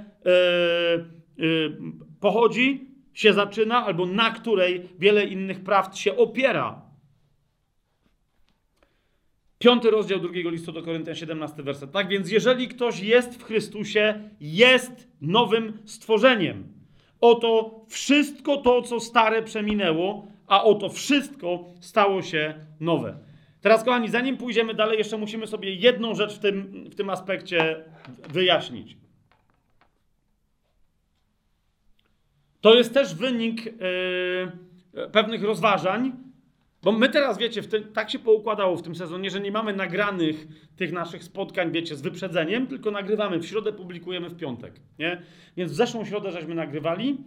pochodzi, się zaczyna, albo na której wiele innych prawd się opiera. 5 rozdział 2 listu do Koryntian, 17 werset. Tak więc jeżeli ktoś jest w Chrystusie, jest nowym stworzeniem. Oto wszystko to, co stare przeminęło, a oto wszystko stało się nowe. Teraz, kochani, zanim pójdziemy dalej, jeszcze musimy sobie jedną rzecz w tym aspekcie wyjaśnić. To jest też wynik pewnych rozważań, bo my teraz, wiecie, tak się poukładało w tym sezonie, że nie mamy nagranych tych naszych spotkań, wiecie, z wyprzedzeniem, tylko nagrywamy w środę, publikujemy w piątek, nie? Więc w zeszłą środę żeśmy nagrywali,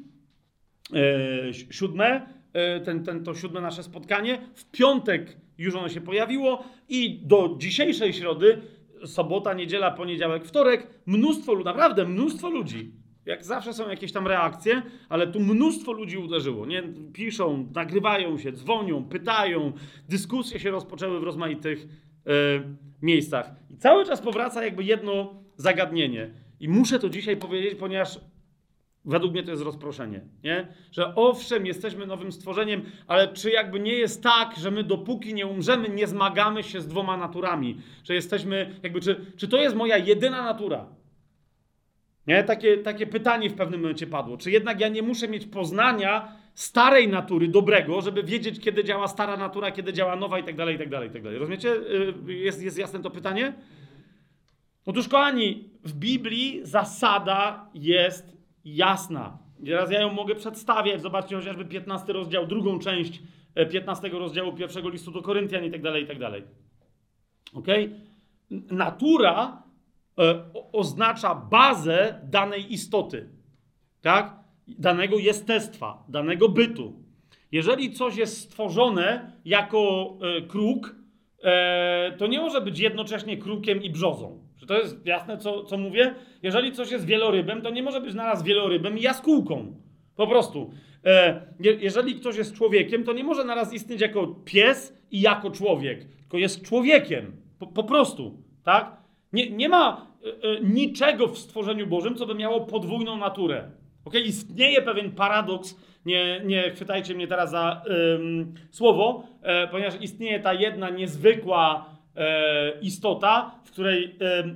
to 7 nasze spotkanie, w piątek już ono się pojawiło i do dzisiejszej środy, sobota, niedziela, poniedziałek, wtorek, naprawdę mnóstwo ludzi. Jak zawsze są jakieś tam reakcje, ale tu mnóstwo ludzi uderzyło, nie? Piszą, nagrywają się, dzwonią, pytają, dyskusje się rozpoczęły w rozmaitych miejscach. I cały czas powraca jakby jedno zagadnienie. I muszę to dzisiaj powiedzieć, ponieważ według mnie to jest rozproszenie, nie? Że owszem, jesteśmy nowym stworzeniem, ale czy jakby nie jest tak, że my dopóki nie umrzemy, nie zmagamy się z dwoma naturami? Że jesteśmy, jakby, czy to jest moja jedyna natura? Nie? Takie pytanie w pewnym momencie padło. Czy jednak ja nie muszę mieć poznania starej natury, dobrego, żeby wiedzieć, kiedy działa stara natura, kiedy działa nowa i tak dalej, i tak dalej, i tak dalej. Rozumiecie? Jest jasne to pytanie? Otóż, kochani, w Biblii zasada jest jasna. Teraz ja ją mogę przedstawiać. Zobaczcie chociażby 15 rozdział, drugą część 15 rozdziału 1 listu do Koryntian i tak dalej, i tak dalej. Okej? Natura oznacza bazę danej istoty, tak? Danego jestestwa, danego bytu. Jeżeli coś jest stworzone jako kruk, to nie może być jednocześnie krukiem i brzozą. Czy to jest jasne, co mówię? Jeżeli coś jest wielorybem, to nie może być naraz wielorybem i jaskółką. Po prostu. Jeżeli ktoś jest człowiekiem, to nie może naraz istnieć jako pies i jako człowiek, tylko jest człowiekiem. Po prostu, tak? Nie ma niczego w stworzeniu Bożym, co by miało podwójną naturę. Okay? Istnieje pewien paradoks, nie chwytajcie mnie teraz za słowo, ponieważ istnieje ta jedna niezwykła istota, w której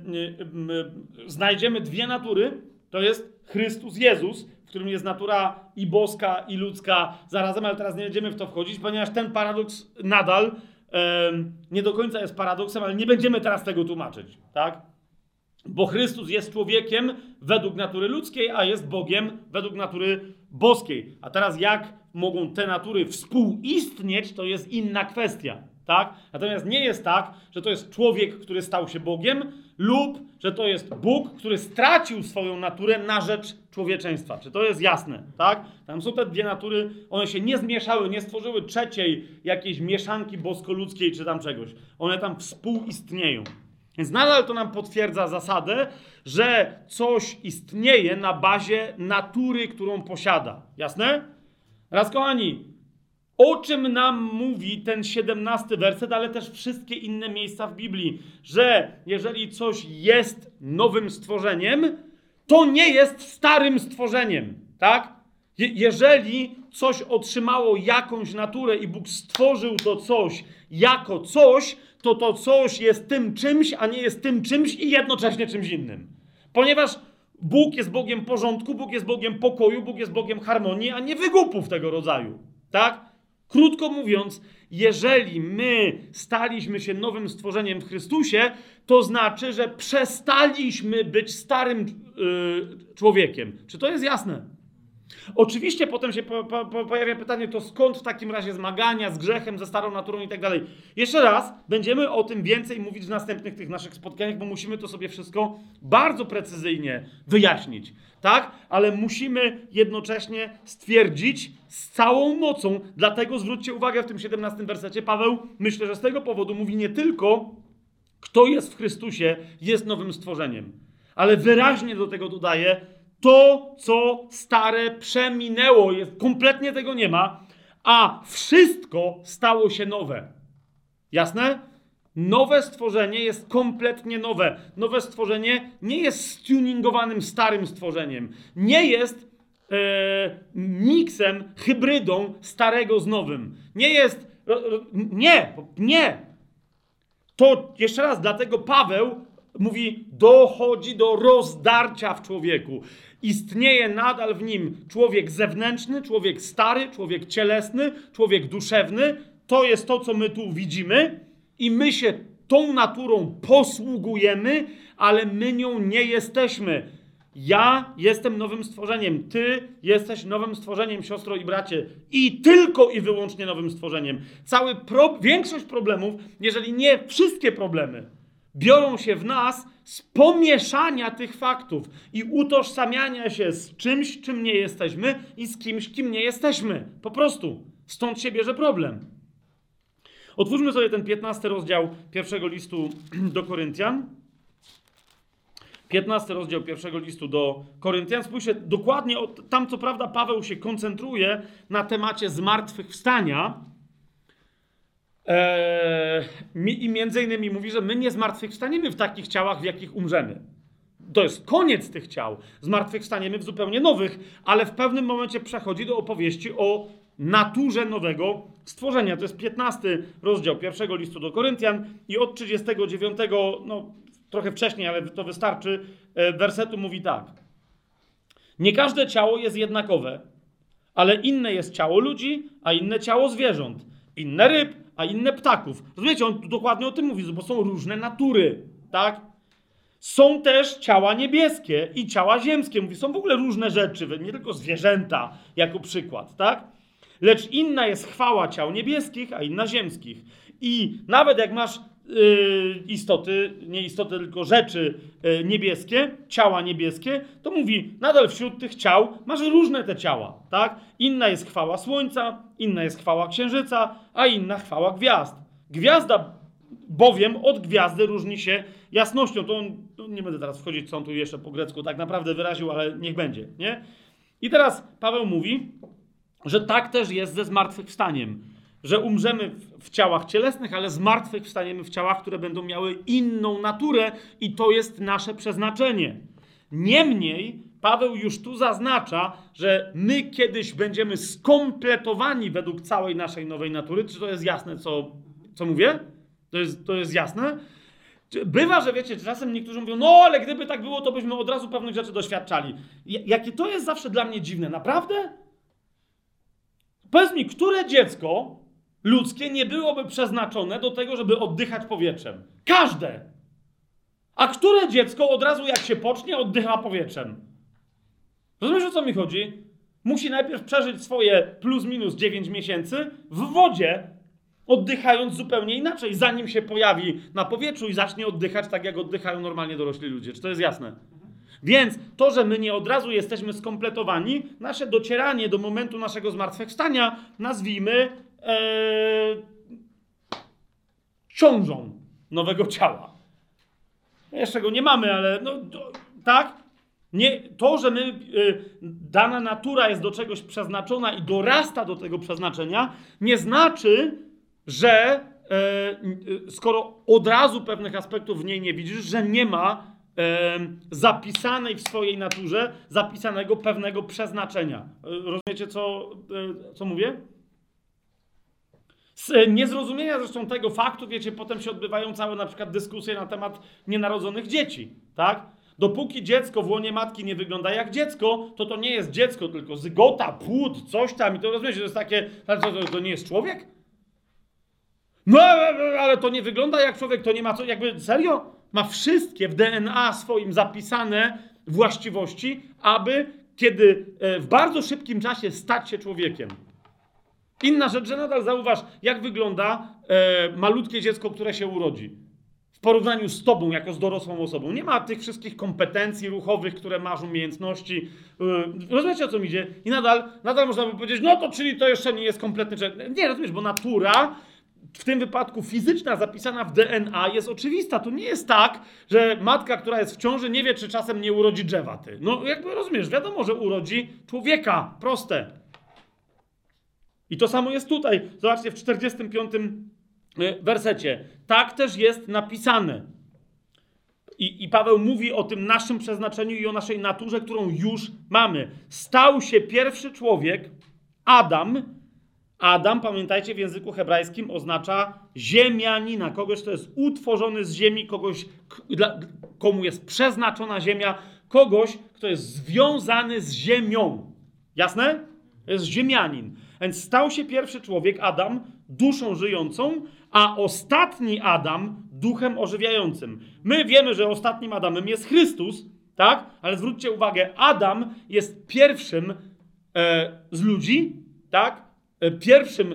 znajdziemy dwie natury. To jest Chrystus Jezus, w którym jest natura i boska, i ludzka zarazem, ale teraz nie będziemy w to wchodzić, ponieważ ten paradoks nadal nie do końca jest paradoksem, ale nie będziemy teraz tego tłumaczyć, tak? Bo Chrystus jest człowiekiem według natury ludzkiej, a jest Bogiem według natury boskiej. A teraz jak mogą te natury współistnieć, to jest inna kwestia, tak? Natomiast nie jest tak, że to jest człowiek, który stał się Bogiem, lub że to jest Bóg, który stracił swoją naturę na rzecz człowieczeństwa. Czy to jest jasne, tak? Tam są te dwie natury, one się nie zmieszały, nie stworzyły trzeciej jakiejś mieszanki bosko-ludzkiej czy tam czegoś. One tam współistnieją. Więc nadal to nam potwierdza zasadę, że coś istnieje na bazie natury, którą posiada. Jasne? Raz, kochani, o czym nam mówi ten 17 werset, ale też wszystkie inne miejsca w Biblii? Że jeżeli coś jest nowym stworzeniem, to nie jest starym stworzeniem. Tak? Jeżeli coś otrzymało jakąś naturę i Bóg stworzył to coś jako coś, to coś jest tym czymś, a nie jest tym czymś i jednocześnie czymś innym. Ponieważ Bóg jest Bogiem porządku, Bóg jest Bogiem pokoju, Bóg jest Bogiem harmonii, a nie wygupów tego rodzaju. Tak? Krótko mówiąc, jeżeli my staliśmy się nowym stworzeniem w Chrystusie, to znaczy, że przestaliśmy być starym człowiekiem. Czy to jest jasne? Oczywiście potem się pojawia pytanie, to skąd w takim razie zmagania z grzechem, ze starą naturą i tak dalej. Jeszcze raz, będziemy o tym więcej mówić w następnych tych naszych spotkaniach, bo musimy to sobie wszystko bardzo precyzyjnie wyjaśnić. Tak? Ale musimy jednocześnie stwierdzić z całą mocą, dlatego zwróćcie uwagę w tym 17 wersecie, Paweł, myślę, że z tego powodu mówi nie tylko, kto jest w Chrystusie, jest nowym stworzeniem, ale wyraźnie do tego dodaje, to, co stare przeminęło, kompletnie tego nie ma, a wszystko stało się nowe. Jasne? Nowe stworzenie jest kompletnie nowe. Nowe stworzenie nie jest stuningowanym starym stworzeniem. Nie jest miksem, hybrydą starego z nowym. Nie jest... Nie. To jeszcze raz, dlatego Paweł mówi, dochodzi do rozdarcia w człowieku. Istnieje nadal w nim człowiek zewnętrzny, człowiek stary, człowiek cielesny, człowiek duszewny. To jest to, co my tu widzimy i my się tą naturą posługujemy, ale my nią nie jesteśmy. Ja jestem nowym stworzeniem. Ty jesteś nowym stworzeniem, siostro i bracie. I tylko i wyłącznie nowym stworzeniem. Większość problemów, jeżeli nie wszystkie problemy, biorą się w nas z pomieszania tych faktów i utożsamiania się z czymś, czym nie jesteśmy i z kimś, kim nie jesteśmy. Po prostu. Stąd się bierze problem. Otwórzmy sobie ten 15 rozdział pierwszego listu do Koryntian. 15 rozdział pierwszego listu do Koryntian. Spójrzcie dokładnie, tam co prawda Paweł się koncentruje na temacie zmartwychwstania, i między innymi mówi, że my nie zmartwychwstaniemy w takich ciałach, w jakich umrzemy. To jest koniec tych ciał. Zmartwychwstaniemy w zupełnie nowych, ale w pewnym momencie przechodzi do opowieści o naturze nowego stworzenia. To jest 15 rozdział pierwszego listu do Koryntian i od 39, no trochę wcześniej, ale to wystarczy, wersetu mówi tak. Nie każde ciało jest jednakowe, ale inne jest ciało ludzi, a inne ciało zwierząt, inne ryb, a inne ptaków. Rozumiecie, on dokładnie o tym mówi, bo są różne natury, tak? Są też ciała niebieskie i ciała ziemskie. Mówi, są w ogóle różne rzeczy, nie tylko zwierzęta jako przykład, tak? Lecz inna jest chwała ciał niebieskich, a inna ziemskich. I nawet jak masz istoty, nie istoty, tylko rzeczy niebieskie, ciała niebieskie, to mówi, nadal wśród tych ciał masz różne te ciała, tak? Inna jest chwała słońca, inna jest chwała księżyca, a inna chwała gwiazd. Gwiazda bowiem od gwiazdy różni się jasnością. Nie będę teraz wchodzić, co on tu jeszcze po grecku tak naprawdę wyraził, ale niech będzie, nie? I teraz Paweł mówi, że tak też jest ze zmartwychwstaniem. Że umrzemy w ciałach cielesnych, ale zmartwychwstaniemy w ciałach, które będą miały inną naturę i to jest nasze przeznaczenie. Niemniej Paweł już tu zaznacza, że my kiedyś będziemy skompletowani według całej naszej nowej natury. Czy to jest jasne, co mówię? To jest jasne? Bywa, że wiecie, czasem niektórzy mówią, no ale gdyby tak było, to byśmy od razu pewnych rzeczy doświadczali. Jakie to jest zawsze dla mnie dziwne. Naprawdę? Powiedz mi, które dziecko ludzkie nie byłoby przeznaczone do tego, żeby oddychać powietrzem? Każde! A które dziecko od razu jak się pocznie, oddycha powietrzem? Rozumiesz, o co mi chodzi? Musi najpierw przeżyć swoje plus minus 9 miesięcy w wodzie, oddychając zupełnie inaczej, zanim się pojawi na powietrzu i zacznie oddychać tak, jak oddychają normalnie dorośli ludzie. Czy to jest jasne? Więc to, że my nie od razu jesteśmy skompletowani, nasze docieranie do momentu naszego zmartwychwstania nazwijmy ciążą nowego ciała. Jeszcze go nie mamy, ale tak? To, że dana natura jest do czegoś przeznaczona i dorasta do tego przeznaczenia, nie znaczy, że skoro od razu pewnych aspektów w niej nie widzisz, że nie ma zapisanej w swojej naturze, zapisanego pewnego przeznaczenia. Rozumiecie, co mówię? Z niezrozumienia zresztą tego faktu, wiecie, potem się odbywają całe na przykład dyskusje na temat nienarodzonych dzieci, tak? Dopóki dziecko w łonie matki nie wygląda jak dziecko, to nie jest dziecko, tylko zygota, płód, coś tam. I to rozumiecie, to jest takie, to nie jest człowiek? No, ale to nie wygląda jak człowiek, to nie ma co, jakby serio? Ma wszystkie w DNA swoim zapisane właściwości, aby kiedy w bardzo szybkim czasie stać się człowiekiem. Inna rzecz, że nadal zauważ, jak wygląda malutkie dziecko, które się urodzi. W porównaniu z tobą, jako z dorosłą osobą. Nie ma tych wszystkich kompetencji ruchowych, które masz, umiejętności. Rozumiecie, o co mi idzie? I nadal można by powiedzieć, no to czyli to jeszcze nie jest kompletny człowiek. Nie, rozumiesz, bo natura, w tym wypadku fizyczna, zapisana w DNA jest oczywista. To nie jest tak, że matka, która jest w ciąży, nie wie, czy czasem nie urodzi drzewa, ty. No jakby rozumiesz, wiadomo, że urodzi człowieka. Proste. I to samo jest tutaj. Zobaczcie, w 45 wersecie. Tak też jest napisane. I Paweł mówi o tym naszym przeznaczeniu i o naszej naturze, którą już mamy. Stał się pierwszy człowiek, Adam. Adam, pamiętajcie, w języku hebrajskim oznacza ziemianina. Kogoś, kto jest utworzony z ziemi, kogoś, komu jest przeznaczona ziemia, kogoś, kto jest związany z ziemią. Jasne? To jest ziemianin. Więc stał się pierwszy człowiek, Adam, duszą żyjącą, a ostatni Adam duchem ożywiającym. My wiemy, że ostatnim Adamem jest Chrystus, tak? Ale zwróćcie uwagę, Adam jest pierwszym z ludzi, tak? Pierwszym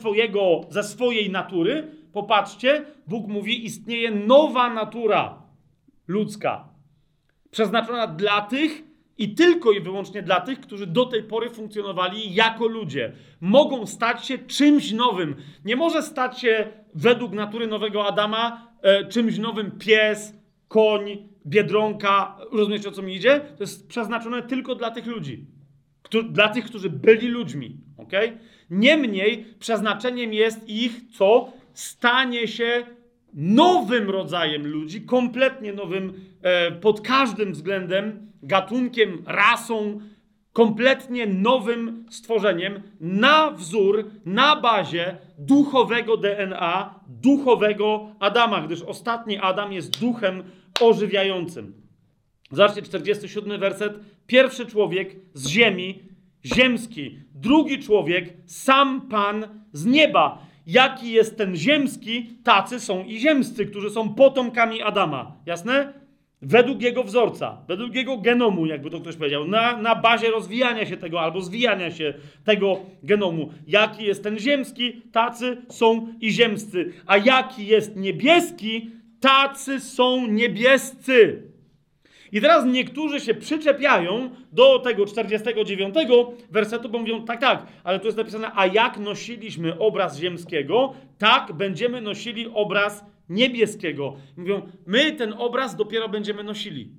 ze swojej natury. Popatrzcie, Bóg mówi, istnieje nowa natura ludzka, przeznaczona dla tych i tylko i wyłącznie dla tych, którzy do tej pory funkcjonowali jako ludzie. Mogą stać się czymś nowym. Nie może stać się według natury nowego Adama czymś nowym pies, koń, biedronka. Rozumiecie, o co mi idzie? To jest przeznaczone tylko dla tych ludzi. Dla tych, którzy byli ludźmi. Okay? Niemniej przeznaczeniem jest ich, co? Stanie się nowym rodzajem ludzi, kompletnie nowym pod każdym względem, gatunkiem, rasą, kompletnie nowym stworzeniem na wzór, na bazie duchowego DNA, duchowego Adama, gdyż ostatni Adam jest duchem ożywiającym. Zobaczcie, 47 werset. Pierwszy człowiek z ziemi, ziemski. Drugi człowiek, sam Pan z nieba. Jaki jest ten ziemski, tacy są i ziemscy, którzy są potomkami Adama. Jasne? Według jego wzorca, według jego genomu, jakby to ktoś powiedział, na bazie rozwijania się tego albo zwijania się tego genomu. Jaki jest ten ziemski, tacy są i ziemscy. A jaki jest niebieski, tacy są niebiescy. I teraz niektórzy się przyczepiają do tego 49 wersetu, bo mówią, tak, ale tu jest napisane, a jak nosiliśmy obraz ziemskiego, tak będziemy nosili obraz niebieskiego. Mówią, my ten obraz dopiero będziemy nosili.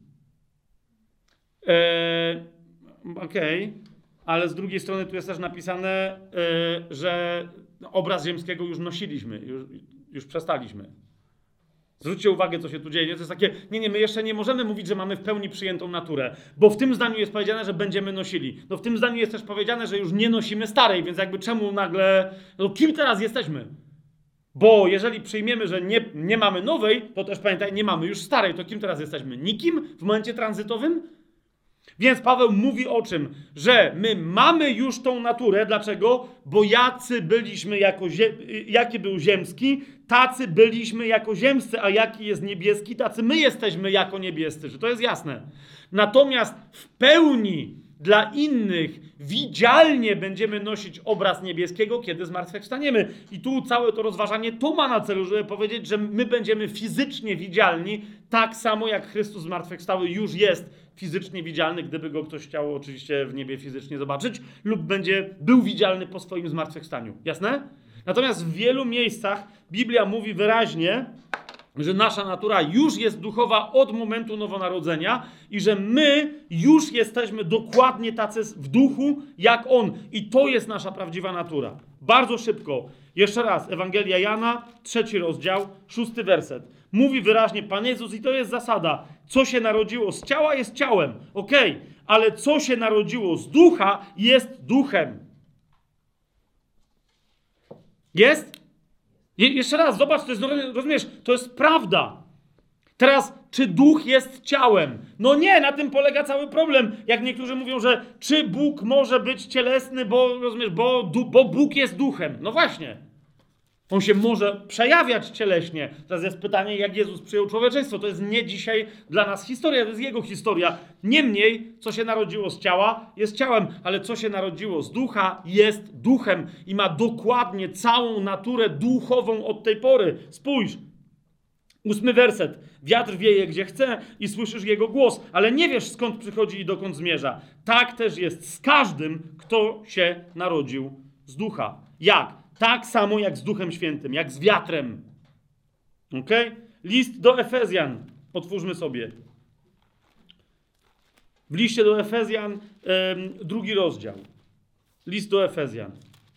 Okej, ale z drugiej strony tu jest też napisane, że obraz ziemskiego już nosiliśmy, już przestaliśmy. Zwróćcie uwagę, co się tu dzieje. To jest takie, my jeszcze nie możemy mówić, że mamy w pełni przyjętą naturę, bo w tym zdaniu jest powiedziane, że będziemy nosili. No w tym zdaniu jest też powiedziane, że już nie nosimy starej, więc jakby czemu nagle, kim teraz jesteśmy? Bo jeżeli przyjmiemy, że nie mamy nowej, to też pamiętaj, nie mamy już starej, to kim teraz jesteśmy? Nikim w momencie tranzytowym? Więc Paweł mówi o czym? Że my mamy już tą naturę. Dlaczego? Bo jacy byliśmy jaki był ziemski, tacy byliśmy jako ziemscy, a jaki jest niebieski, tacy my jesteśmy jako niebiescy. Czy to jest jasne? Natomiast w pełni dla innych widzialnie będziemy nosić obraz niebieskiego, kiedy zmartwychwstaniemy. I tu całe to rozważanie to ma na celu, żeby powiedzieć, że my będziemy fizycznie widzialni, tak samo jak Chrystus zmartwychwstały już jest fizycznie widzialny, gdyby go ktoś chciał oczywiście w niebie fizycznie zobaczyć, lub był widzialny po swoim zmartwychwstaniu. Jasne? Natomiast w wielu miejscach Biblia mówi wyraźnie, że nasza natura już jest duchowa od momentu nowonarodzenia i że my już jesteśmy dokładnie tacy w duchu jak On. I to jest nasza prawdziwa natura. Bardzo szybko. Jeszcze raz. Ewangelia Jana, 3 rozdział, 6 werset. Mówi wyraźnie Pan Jezus i to jest zasada. Co się narodziło z ciała jest ciałem. Okej. Ale co się narodziło z ducha jest duchem. Jest? Jeszcze raz, zobacz, to jest, rozumiesz, to jest prawda. Teraz czy duch jest ciałem. No nie, na tym polega cały problem. Jak niektórzy mówią, że czy Bóg może być cielesny, bo rozumiesz, bo Bóg jest duchem. No właśnie. On się może przejawiać cieleśnie. Teraz jest pytanie, jak Jezus przyjął człowieczeństwo. To jest nie dzisiaj dla nas historia, to jest Jego historia. Niemniej, co się narodziło z ciała, jest ciałem, ale co się narodziło z ducha, jest duchem i ma dokładnie całą naturę duchową od tej pory. Spójrz. 8 werset. Wiatr wieje gdzie chce i słyszysz jego głos, ale nie wiesz skąd przychodzi i dokąd zmierza. Tak też jest z każdym, kto się narodził z ducha. Jak? Tak samo jak z Duchem Świętym, jak z wiatrem. Ok? List do Efezjan. Otwórzmy sobie. W liście do Efezjan, 2 rozdział. List do Efezjan.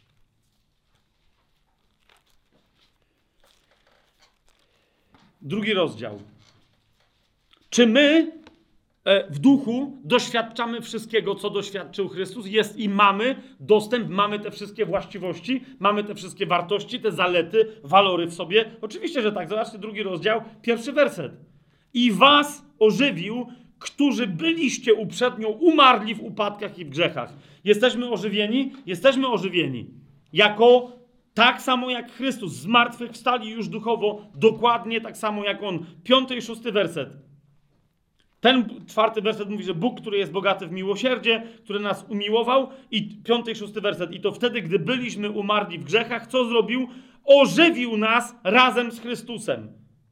Drugi rozdział. Czy my w duchu doświadczamy wszystkiego, co doświadczył Chrystus? Jest i mamy dostęp, mamy te wszystkie właściwości, mamy te wszystkie wartości, te zalety, walory w sobie? Oczywiście, że tak. Zobaczcie 2 rozdział, 1 werset. I was ożywił, którzy byliście uprzednio umarli w upadkach i w grzechach. Jesteśmy ożywieni? Jesteśmy ożywieni. Jako tak samo jak Chrystus zmartwychwstali już duchowo, dokładnie tak samo jak On. 5 i 6 werset. Ten 4 werset mówi, że Bóg, który jest bogaty w miłosierdzie, który nas umiłował, i 5 i 6 werset. I to wtedy, gdy byliśmy umarli w grzechach, co zrobił? Ożywił nas razem z Chrystusem.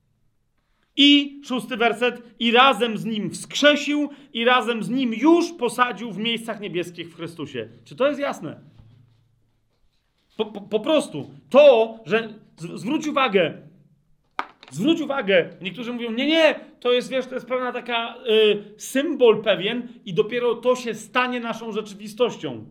I 6 werset. I razem z Nim wskrzesił i razem z Nim już posadził w miejscach niebieskich w Chrystusie. Czy to jest jasne? Po prostu. To, że... Zwróć uwagę, niektórzy mówią, nie, to jest, wiesz, to jest pewna taka symbol pewien i dopiero to się stanie naszą rzeczywistością.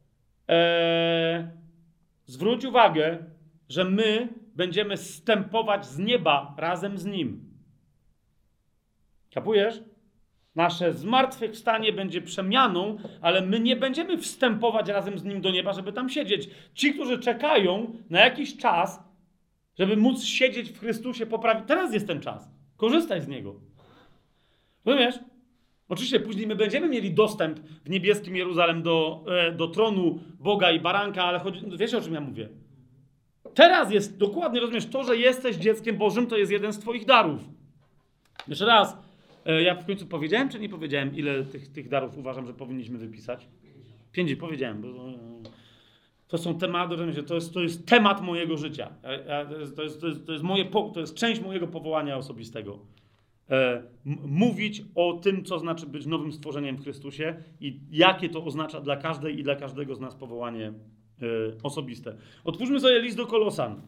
Zwróć uwagę, że my będziemy zstępować z nieba razem z Nim. Kapujesz? Nasze zmartwychwstanie będzie przemianą, ale my nie będziemy wstępować razem z Nim do nieba, żeby tam siedzieć. Ci, którzy czekają na jakiś czas, żeby móc siedzieć w Chrystusie, poprawić. Teraz jest ten czas. Korzystaj z niego. Rozumiesz? Oczywiście później my będziemy mieli dostęp w niebieskim Jeruzalem do tronu Boga i Baranka, ale wiecie, o czym ja mówię? Teraz jest dokładnie, rozumiesz, to, że jesteś dzieckiem Bożym, to jest jeden z twoich darów. Jeszcze raz, ja w końcu powiedziałem, czy nie powiedziałem, ile tych darów uważam, że powinniśmy wypisać? 5 powiedziałem, bo... To są tematy, to jest temat mojego życia. To jest część mojego powołania osobistego. Mówić o tym, co znaczy być nowym stworzeniem w Chrystusie i jakie to oznacza dla każdej i dla każdego z nas powołanie osobiste. Otwórzmy sobie list do Kolosan.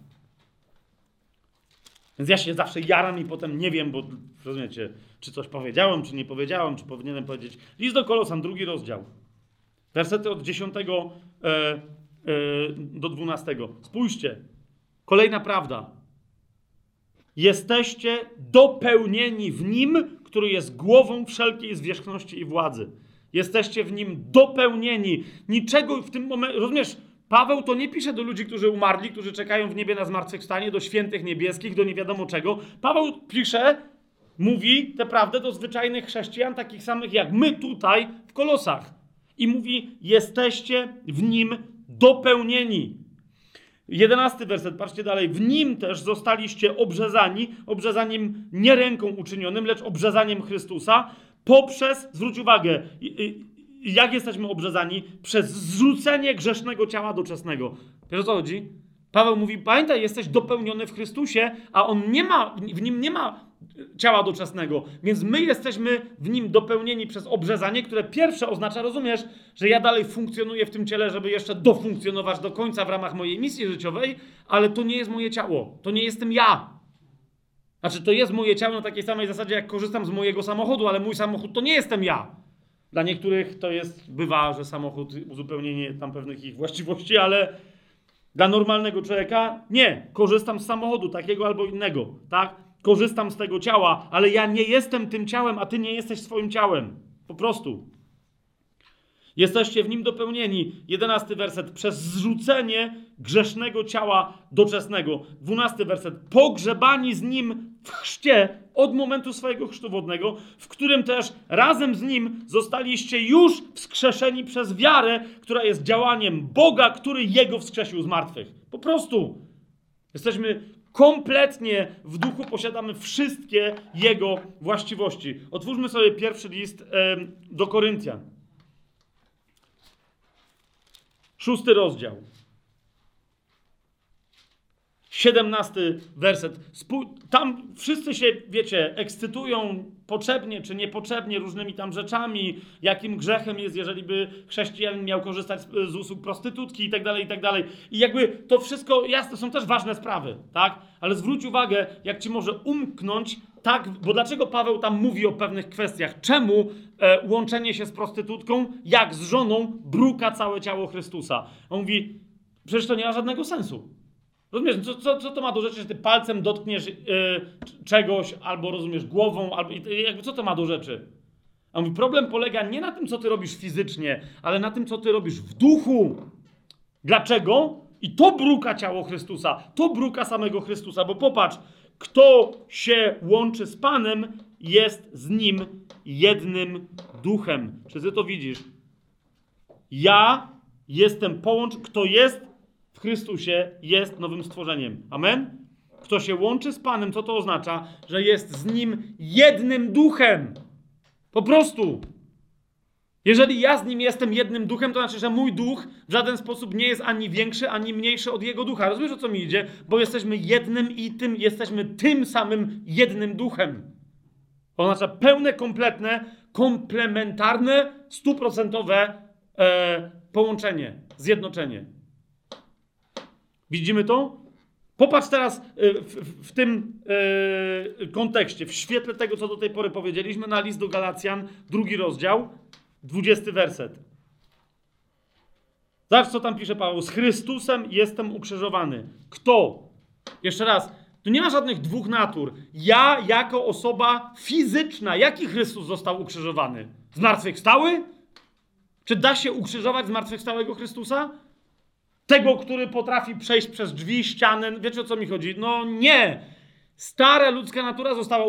Więc ja się zawsze jaram i potem nie wiem, bo rozumiecie, czy coś powiedziałem, czy nie powiedziałem, czy powinienem powiedzieć. List do Kolosan, 2 rozdział. Wersety od 10 do 12. Spójrzcie. Kolejna prawda. Jesteście dopełnieni w Nim, który jest głową wszelkiej zwierzchności i władzy. Jesteście w Nim dopełnieni. Niczego w tym momencie... Rozumiesz? Paweł to nie pisze do ludzi, którzy umarli, którzy czekają w niebie na zmartwychwstanie, do świętych niebieskich, do nie wiadomo czego. Paweł pisze, mówi tę prawdę do zwyczajnych chrześcijan, takich samych jak my tutaj w Kolosach. I mówi, jesteście w Nim dopełnieni. 11 werset, patrzcie dalej. W Nim też zostaliście obrzezani, obrzezaniem nie ręką uczynionym, lecz obrzezaniem Chrystusa, poprzez, zwróć uwagę, jak jesteśmy obrzezani? Przez zrzucenie grzesznego ciała doczesnego. Wiesz, o co chodzi? Paweł mówi, pamiętaj, jesteś dopełniony w Chrystusie, a w Nim nie ma ciała doczesnego. Więc my jesteśmy w Nim dopełnieni przez obrzezanie, które pierwsze oznacza, rozumiesz, że ja dalej funkcjonuję w tym ciele, żeby jeszcze dofunkcjonować do końca w ramach mojej misji życiowej, ale to nie jest moje ciało. To nie jestem ja. Znaczy, to jest moje ciało na takiej samej zasadzie, jak korzystam z mojego samochodu, ale mój samochód to nie jestem ja. Dla niektórych to bywa, że samochód, uzupełnienie tam pewnych ich właściwości, ale dla normalnego człowieka nie. Korzystam z samochodu takiego albo innego, tak? Korzystam z tego ciała, ale ja nie jestem tym ciałem, a ty nie jesteś swoim ciałem. Po prostu. Jesteście w nim dopełnieni. 11 werset. Przez zrzucenie grzesznego ciała doczesnego. 12 werset. Pogrzebani z nim w chrzcie od momentu swojego chrztu wodnego, w którym też razem z nim zostaliście już wskrzeszeni przez wiarę, która jest działaniem Boga, który jego wskrzesił z martwych. Po prostu. Jesteśmy kompletnie w duchu, posiadamy wszystkie jego właściwości. Otwórzmy sobie pierwszy list do Koryntian. 6 rozdział. 17 werset. Tam wszyscy się, wiecie, ekscytują potrzebnie czy niepotrzebnie różnymi tam rzeczami, jakim grzechem jest, jeżeli by chrześcijanin miał korzystać z usług prostytutki i tak dalej, i tak dalej. I jakby to wszystko, jasne, są też ważne sprawy, tak? Ale zwróć uwagę, jak ci może umknąć, tak, bo dlaczego Paweł tam mówi o pewnych kwestiach? Czemu łączenie się z prostytutką, jak z żoną, bruka całe ciało Chrystusa? On mówi, przecież to nie ma żadnego sensu. Rozumiesz, co to ma do rzeczy, że ty palcem dotkniesz czegoś, albo rozumiesz głową, albo jakby co to ma do rzeczy? A on mówi, problem polega nie na tym, co ty robisz fizycznie, ale na tym, co ty robisz w duchu. Dlaczego? I to bruka ciało Chrystusa, to bruka samego Chrystusa, bo popatrz, kto się łączy z Panem, jest z Nim jednym duchem. Czy ty to widzisz? Ja jestem kto jest w Chrystusie, jest nowym stworzeniem. Amen? Kto się łączy z Panem, co to oznacza? Że jest z Nim jednym duchem. Po prostu. Jeżeli ja z Nim jestem jednym duchem, to znaczy, że mój duch w żaden sposób nie jest ani większy, ani mniejszy od Jego ducha. Rozumiesz, o co mi idzie? Bo jesteśmy jednym i jesteśmy tym samym jednym duchem. To oznacza pełne, kompletne, komplementarne, 100% połączenie, zjednoczenie. Widzimy to? Popatrz teraz w tym kontekście, w świetle tego, co do tej pory powiedzieliśmy, na list do Galacjan, 2 rozdział, 20 werset. Zobacz, co tam pisze Paweł. Z Chrystusem jestem ukrzyżowany. Kto? Jeszcze raz. Tu nie ma żadnych dwóch natur. Ja jako osoba fizyczna. Jaki Chrystus został ukrzyżowany? Zmartwychwstały? Czy da się ukrzyżować zmartwychwstałego Chrystusa? Tego, który potrafi przejść przez drzwi, ściany. Wiecie, o co mi chodzi? No nie. Stara ludzka natura została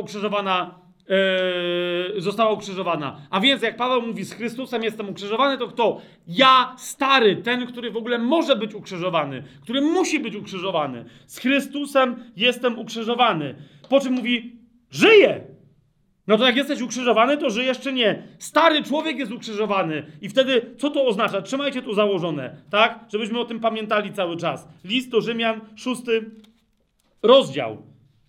ukrzyżowana. A więc jak Paweł mówi, z Chrystusem jestem ukrzyżowany, to kto? Ja, stary, ten, który w ogóle może być ukrzyżowany, który musi być ukrzyżowany. Z Chrystusem jestem ukrzyżowany. Po czym mówi, żyję. No to jak jesteś ukrzyżowany, to żyjesz czy nie? Stary człowiek jest ukrzyżowany. I wtedy, co to oznacza? Trzymajcie tu założone, tak? Żebyśmy o tym pamiętali cały czas. List do Rzymian, 6 rozdział.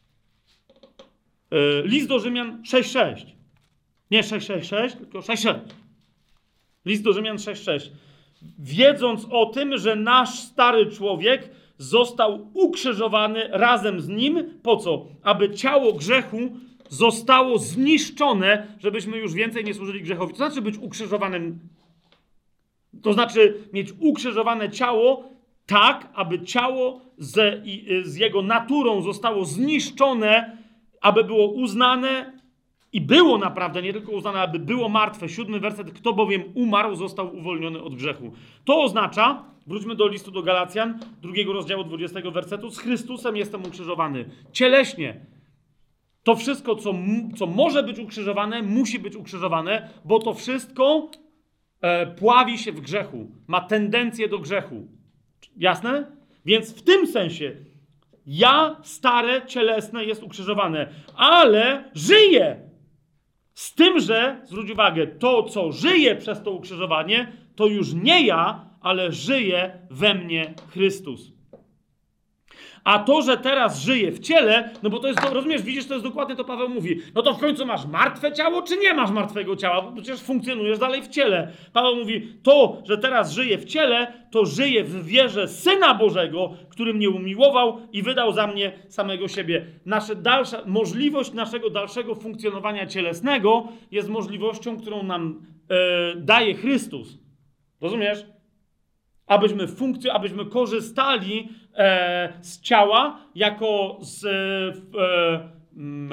List do Rzymian 6:6. Nie 6:6, tylko 6:6. List do Rzymian 6:6. Wiedząc o tym, że nasz stary człowiek został ukrzyżowany razem z nim, po co? Aby ciało grzechu zostało zniszczone, żebyśmy już więcej nie służyli grzechowi. To znaczy być ukrzyżowanym. To znaczy mieć ukrzyżowane ciało tak, aby ciało z jego naturą zostało zniszczone, aby było uznane i było naprawdę, nie tylko uznane, aby było martwe. 7 werset. Kto bowiem umarł, został uwolniony od grzechu. To oznacza, wróćmy do listu do Galacjan, 2 rozdziału 20 wersetu, z Chrystusem jestem ukrzyżowany. Cieleśnie. To wszystko, co może być ukrzyżowane, musi być ukrzyżowane, bo to wszystko pławi się w grzechu. Ma tendencję do grzechu. Jasne? Więc w tym sensie ja, stare, cielesne, jest ukrzyżowane, ale żyje. Z tym, że, zwróć uwagę, to, co żyje przez to ukrzyżowanie, to już nie ja, ale żyje we mnie Chrystus. A to, że teraz żyje w ciele, no bo to jest, rozumiesz, widzisz, to jest dokładnie to Paweł mówi. No to w końcu masz martwe ciało, czy nie masz martwego ciała? Bo przecież funkcjonujesz dalej w ciele. Paweł mówi, to, że teraz żyje w ciele, to żyje w wierze Syna Bożego, który mnie umiłował i wydał za mnie samego siebie. Możliwość naszego dalszego funkcjonowania cielesnego jest możliwością, którą nam daje Chrystus. Rozumiesz? Abyśmy korzystali z ciała jako z...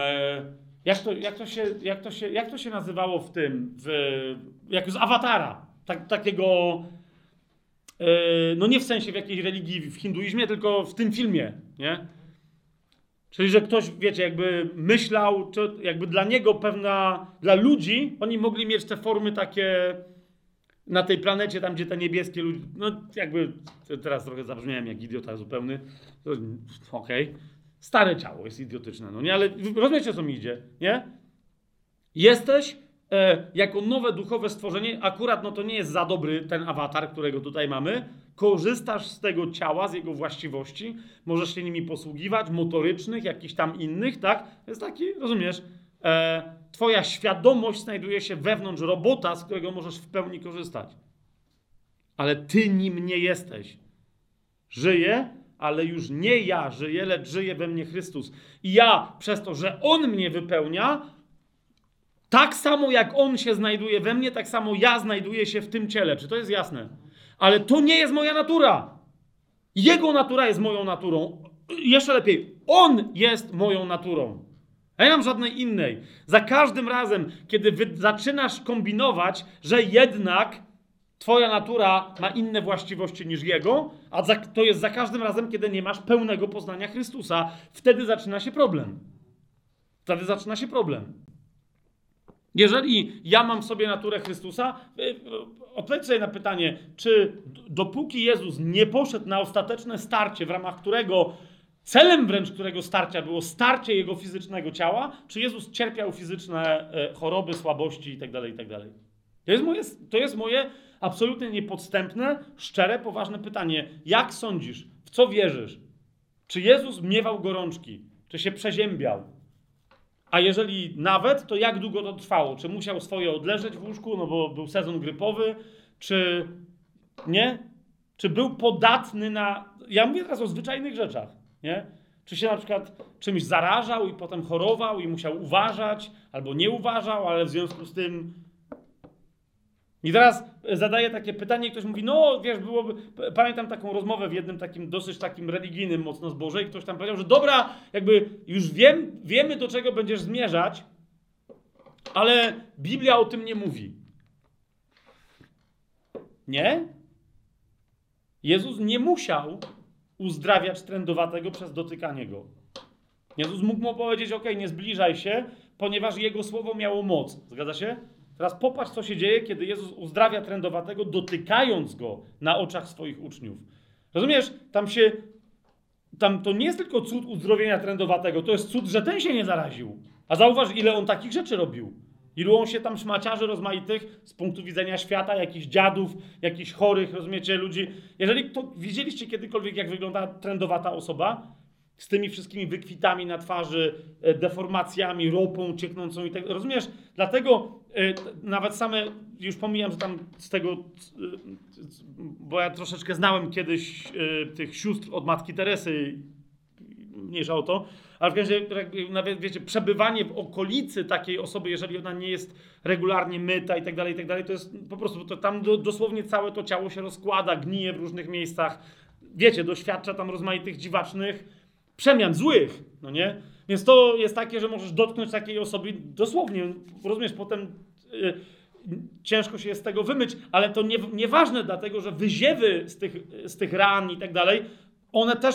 jak to się nazywało w tym? Jako z awatara. takiego, no nie w sensie w jakiejś religii w hinduizmie, tylko w tym filmie, nie? Czyli, że ktoś, wiecie, jakby myślał, czy jakby dla niego dla ludzi, oni mogli mieć te formy takie na tej planecie, tam gdzie te niebieskie ludzie, no jakby, teraz trochę zabrzmiałem jak idiota zupełny, okej. Stare ciało jest idiotyczne, no nie, ale rozumiecie, o co mi idzie, nie? Jesteś jako nowe duchowe stworzenie, akurat no to nie jest za dobry ten awatar, którego tutaj mamy, korzystasz z tego ciała, z jego właściwości, możesz się nimi posługiwać, motorycznych, jakichś tam innych, tak? To jest taki, rozumiesz, twoja świadomość znajduje się wewnątrz robota, z którego możesz w pełni korzystać. Ale ty nim nie jesteś. Żyję, ale już nie ja żyję, lecz żyje we mnie Chrystus. I ja, przez to, że On mnie wypełnia, tak samo jak On się znajduje we mnie, tak samo ja znajduję się w tym ciele. Czy to jest jasne? Ale to nie jest moja natura. Jego natura jest moją naturą. Jeszcze lepiej, On jest moją naturą. Ja nie mam żadnej innej. Za każdym razem, kiedy zaczynasz kombinować, że jednak twoja natura ma inne właściwości niż Jego, to jest za każdym razem, kiedy nie masz pełnego poznania Chrystusa, wtedy zaczyna się problem. Wtedy zaczyna się problem. Jeżeli ja mam w sobie naturę Chrystusa, odpowiedz sobie na pytanie, czy dopóki Jezus nie poszedł na ostateczne starcie, w ramach którego, celem wręcz którego starcia było starcie Jego fizycznego ciała, czy Jezus cierpiał fizyczne choroby, słabości itd., itd.? To jest moje absolutnie niepodstępne, szczere, poważne pytanie. Jak sądzisz? W co wierzysz? Czy Jezus miewał gorączki? Czy się przeziębiał? A jeżeli nawet, to jak długo to trwało? Czy musiał swoje odleżeć w łóżku, no bo był sezon grypowy? Czy nie? Czy był podatny na... Ja mówię teraz o zwyczajnych rzeczach, nie? Czy się na przykład czymś zarażał i potem chorował i musiał uważać, albo nie uważał, ale w związku z tym... I teraz zadaję takie pytanie i ktoś mówi, no wiesz, pamiętam taką rozmowę w jednym takim dosyć takim religijnym mocno zborze i ktoś tam powiedział, że dobra, jakby już wiemy do czego będziesz zmierzać, ale Biblia o tym nie mówi. Nie? Jezus nie musiał uzdrawiać trędowatego przez dotykanie go. Jezus mógł mu powiedzieć, okej, nie zbliżaj się, ponieważ Jego słowo miało moc. Zgadza się? Teraz popatrz, co się dzieje, kiedy Jezus uzdrawia trędowatego, dotykając go na oczach swoich uczniów. Rozumiesz? Tam to nie jest tylko cud uzdrowienia trędowatego, to jest cud, że ten się nie zaraził. A zauważ, ile on takich rzeczy robił. Ilu on się tam szmaciarzy rozmaitych z punktu widzenia świata, jakichś dziadów, jakichś chorych, rozumiecie, ludzi. Jeżeli widzieliście kiedykolwiek, jak wygląda trędowata osoba, z tymi wszystkimi wykwitami na twarzy, deformacjami, ropą cieknącą i tak. Rozumiesz? Dlatego nawet same, już pomijam, że tam z tego, bo ja troszeczkę znałem kiedyś tych sióstr od Matki Teresy, mniejsza o to, ale w każdym razie, nawet wiecie, przebywanie w okolicy takiej osoby, jeżeli ona nie jest regularnie myta i tak dalej, to jest po prostu, to tam dosłownie całe to ciało się rozkłada, gnije w różnych miejscach. Wiecie, doświadcza tam rozmaitych dziwacznych przemian złych, no nie? Więc to jest takie, że możesz dotknąć takiej osoby dosłownie, rozumiesz, potem ciężko się jest z tego wymyć, ale to nieważne, dlatego że wyziewy z tych ran i tak dalej, one też,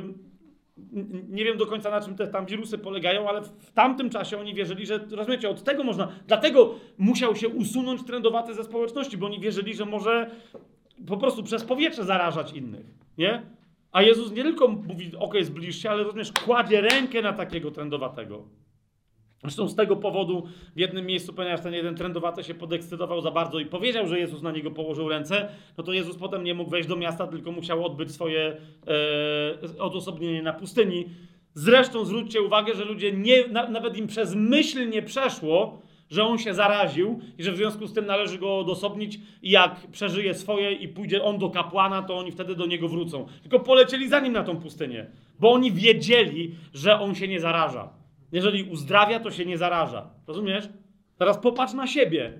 nie wiem do końca na czym te tam wirusy polegają, ale w tamtym czasie oni wierzyli, że, rozumiecie, od tego można, dlatego musiał się usunąć trędowaty ze społeczności, bo oni wierzyli, że może po prostu przez powietrze zarażać innych, nie? A Jezus nie tylko mówi, okej, zbliż się, ale rozumiesz, kładzie rękę na takiego trędowatego. Zresztą z tego powodu w jednym miejscu, ponieważ ten jeden trędowaty się podekscytował za bardzo i powiedział, że Jezus na niego położył ręce, no to Jezus potem nie mógł wejść do miasta, tylko musiał odbyć swoje odosobnienie na pustyni. Zresztą zwróćcie uwagę, że ludzie nawet im przez myśl nie przeszło, że on się zaraził i że w związku z tym należy go odosobnić i jak przeżyje swoje i pójdzie on do kapłana, to oni wtedy do niego wrócą. Tylko polecieli za nim na tą pustynię, bo oni wiedzieli, że on się nie zaraża. Jeżeli uzdrawia, to się nie zaraża. Rozumiesz? Teraz popatrz na siebie.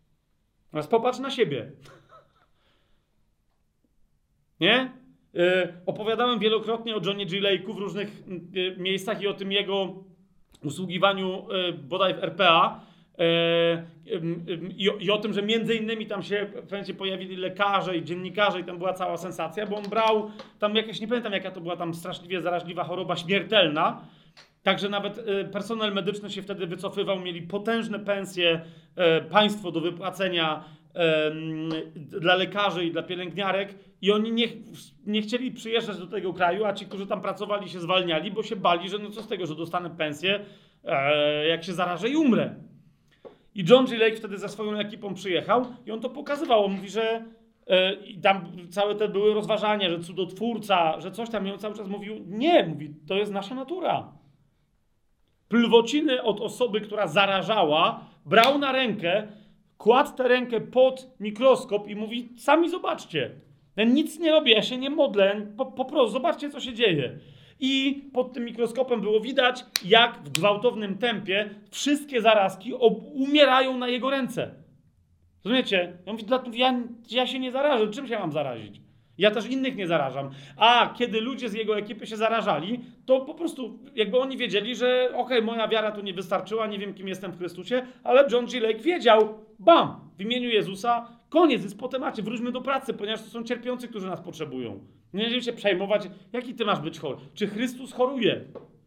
Nie? Opowiadałem wielokrotnie o Johnny G. Lake'u w różnych miejscach i o tym jego usługiwaniu bodaj w RPA. I o tym, że między innymi tam się w pewnym pojawili lekarze i dziennikarze i tam była cała sensacja, bo on brał tam jakieś, nie pamiętam jaka to była tam straszliwie zaraźliwa choroba śmiertelna, także nawet personel medyczny się wtedy wycofywał, mieli potężne pensje, państwo do wypłacenia dla lekarzy i dla pielęgniarek i oni nie chcieli przyjeżdżać do tego kraju, a ci, którzy tam pracowali, się zwalniali, bo się bali, że no co z tego, że dostanę pensję, jak się zarażę i umrę. I John G. Lake wtedy ze swoją ekipą przyjechał i on to pokazywał. On mówi, że i tam całe te były rozważania, że cudotwórca, że coś tam. I on cały czas mówił, nie, mówi, to jest nasza natura. Plwociny od osoby, która zarażała, brał na rękę, kładł tę rękę pod mikroskop i mówi, sami zobaczcie. Ja nic nie robię, ja się nie modlę, po prostu zobaczcie, co się dzieje. I pod tym mikroskopem było widać, jak w gwałtownym tempie wszystkie zarazki umierają na jego ręce. Rozumiecie? Ja mówię, ja się nie zarażę, czym się mam zarazić? Ja też innych nie zarażam. A kiedy ludzie z jego ekipy się zarażali, to po prostu jakby oni wiedzieli, że okej, moja wiara tu nie wystarczyła, nie wiem kim jestem w Chrystusie, ale John G. Lake wiedział, bam, w imieniu Jezusa, koniec, jest po temacie, wróćmy do pracy, ponieważ to są cierpiący, którzy nas potrzebują. Nie będziemy się przejmować, jaki ty masz być chory. Czy Chrystus choruje?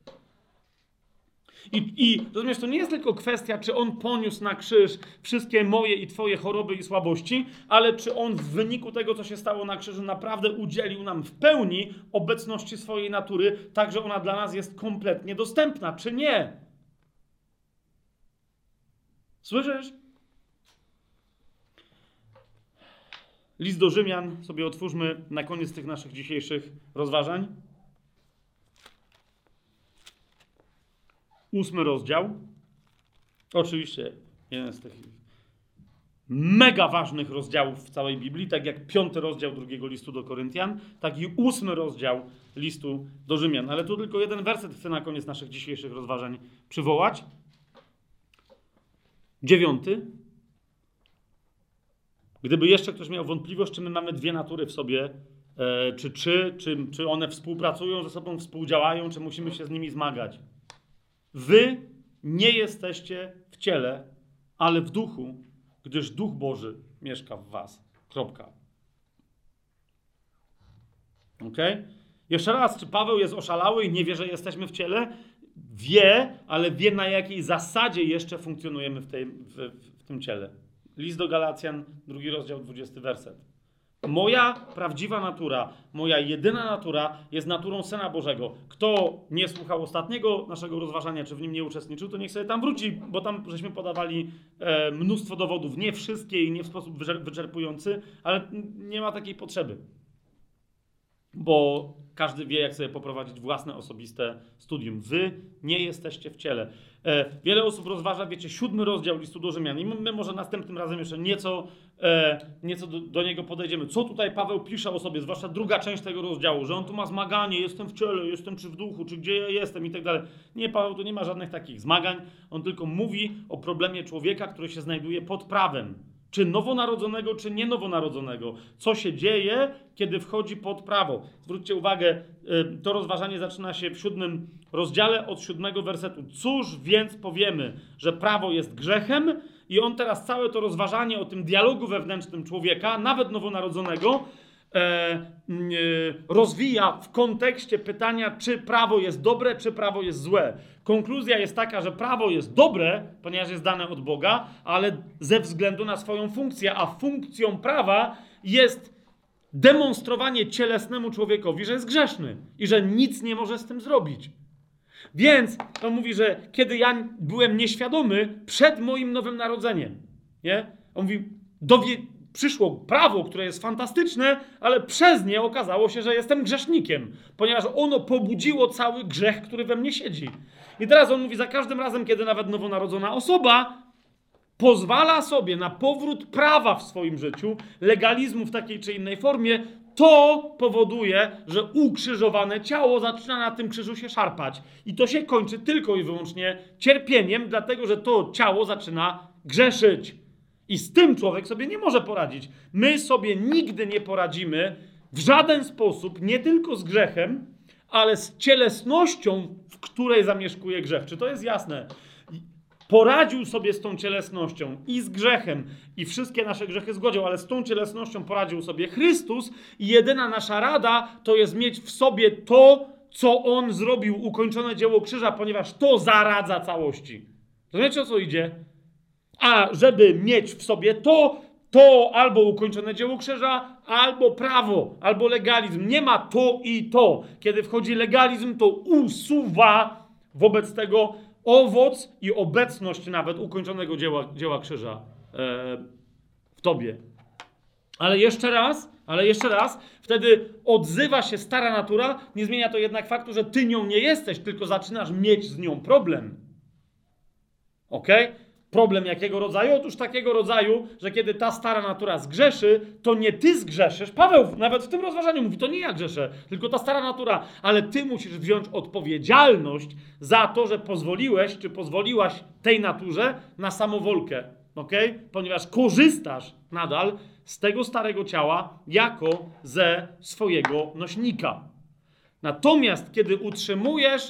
I rozumiesz, to nie jest tylko kwestia, czy on poniósł na krzyż wszystkie moje i twoje choroby i słabości, ale czy on w wyniku tego, co się stało na krzyżu, naprawdę udzielił nam w pełni obecności swojej natury, tak, że ona dla nas jest kompletnie dostępna, czy nie? Słyszysz? List do Rzymian sobie otwórzmy na koniec tych naszych dzisiejszych rozważań. 8 rozdział. Oczywiście jeden z tych mega ważnych rozdziałów w całej Biblii, tak jak 5 rozdział drugiego listu do Koryntian, tak i 8 rozdział listu do Rzymian. Ale tu tylko jeden werset chcę na koniec naszych dzisiejszych rozważań przywołać. 9. Gdyby jeszcze ktoś miał wątpliwość, czy my mamy dwie natury w sobie, czy one współpracują ze sobą, współdziałają, czy musimy się z nimi zmagać. Wy nie jesteście w ciele, ale w duchu, gdyż Duch Boży mieszka w was. Kropka. Okej? Jeszcze raz, czy Paweł jest oszalały i nie wie, że jesteśmy w ciele? Wie, ale wie, na jakiej zasadzie jeszcze funkcjonujemy w tym ciele. List do Galacjan, 2 rozdział, 20 werset. Moja prawdziwa natura, moja jedyna natura jest naturą Syna Bożego. Kto nie słuchał ostatniego naszego rozważania, czy w nim nie uczestniczył, to niech sobie tam wróci, bo tam żeśmy podawali mnóstwo dowodów. Nie wszystkie i nie w sposób wyczerpujący, ale nie ma takiej potrzeby. Bo każdy wie, jak sobie poprowadzić własne, osobiste studium. Wy nie jesteście w ciele. Wiele osób rozważa, wiecie, 7 rozdział listu do Rzymian. I my może następnym razem jeszcze nieco do niego podejdziemy. Co tutaj Paweł pisze o sobie, zwłaszcza druga część tego rozdziału, że on tu ma zmaganie, jestem w ciele, jestem czy w duchu, czy gdzie ja jestem i tak dalej. Nie, Paweł tu nie ma żadnych takich zmagań. On tylko mówi o problemie człowieka, który się znajduje pod prawem. Czy nowonarodzonego, czy nie nowonarodzonego. Co się dzieje, kiedy wchodzi pod prawo. Zwróćcie uwagę, to rozważanie zaczyna się w 7 rozdziale od 7 wersetu. Cóż więc powiemy, że prawo jest grzechem? I on teraz całe to rozważanie o tym dialogu wewnętrznym człowieka, nawet nowonarodzonego, rozwija w kontekście pytania, czy prawo jest dobre, czy prawo jest złe. Konkluzja jest taka, że prawo jest dobre, ponieważ jest dane od Boga, ale ze względu na swoją funkcję, a funkcją prawa jest demonstrowanie cielesnemu człowiekowi, że jest grzeszny i że nic nie może z tym zrobić. Więc to mówi, że kiedy ja byłem nieświadomy przed moim nowym narodzeniem, nie? On mówi, przyszło prawo, które jest fantastyczne, ale przez nie okazało się, że jestem grzesznikiem, ponieważ ono pobudziło cały grzech, który we mnie siedzi. I teraz on mówi, za każdym razem, kiedy nawet nowonarodzona osoba pozwala sobie na powrót prawa w swoim życiu, legalizmu w takiej czy innej formie, to powoduje, że ukrzyżowane ciało zaczyna na tym krzyżu się szarpać. I to się kończy tylko i wyłącznie cierpieniem, dlatego że to ciało zaczyna grzeszyć. I z tym człowiek sobie nie może poradzić. My sobie nigdy nie poradzimy w żaden sposób, nie tylko z grzechem, ale z cielesnością, w której zamieszkuje grzech. Czy to jest jasne? poradził sobie z tą cielesnością i z grzechem i wszystkie nasze grzechy zgodził, ale z tą cielesnością poradził sobie Chrystus i jedyna nasza rada to jest mieć w sobie to, co On zrobił, ukończone dzieło krzyża, ponieważ to zaradza całości. Rozumiecie, o co idzie? A żeby mieć w sobie to albo ukończone dzieło krzyża, albo prawo, albo legalizm. Nie ma to i to. Kiedy wchodzi legalizm, to usuwa wobec tego owoc i obecność nawet ukończonego dzieła krzyża w tobie. Ale jeszcze raz, wtedy odzywa się stara natura, nie zmienia to jednak faktu, że ty nią nie jesteś, tylko zaczynasz mieć z nią problem. Okej? Problem jakiego rodzaju? Otóż takiego rodzaju, że kiedy ta stara natura zgrzeszy, to nie ty zgrzeszysz. Paweł nawet w tym rozważaniu mówi, to nie ja grzeszę, tylko ta stara natura, ale ty musisz wziąć odpowiedzialność za to, że pozwoliłeś, czy pozwoliłaś tej naturze na samowolkę. Okej? Ponieważ korzystasz nadal z tego starego ciała jako ze swojego nośnika. Natomiast kiedy utrzymujesz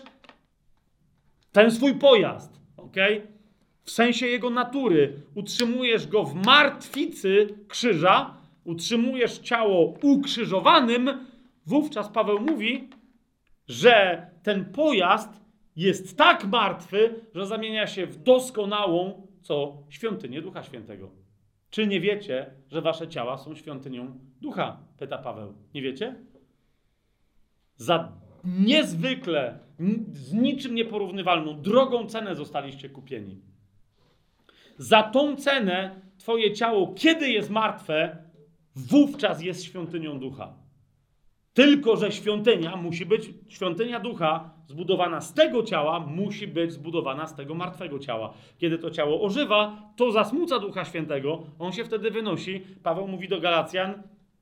ten swój pojazd, okej? W sensie jego natury, utrzymujesz go w martwicy krzyża, utrzymujesz ciało ukrzyżowanym, wówczas Paweł mówi, że ten pojazd jest tak martwy, że zamienia się w doskonałą, świątynię Ducha Świętego. Czy nie wiecie, że wasze ciała są świątynią Ducha? Pyta Paweł. Nie wiecie? Za niezwykle, z niczym nieporównywalną, drogą cenę zostaliście kupieni. Za tą cenę twoje ciało, kiedy jest martwe, wówczas jest świątynią Ducha. Tylko że świątynia Ducha zbudowana z tego ciała musi być zbudowana z tego martwego ciała. Kiedy to ciało ożywa, to zasmuca Ducha Świętego, on się wtedy wynosi. Paweł mówi do Galacjan,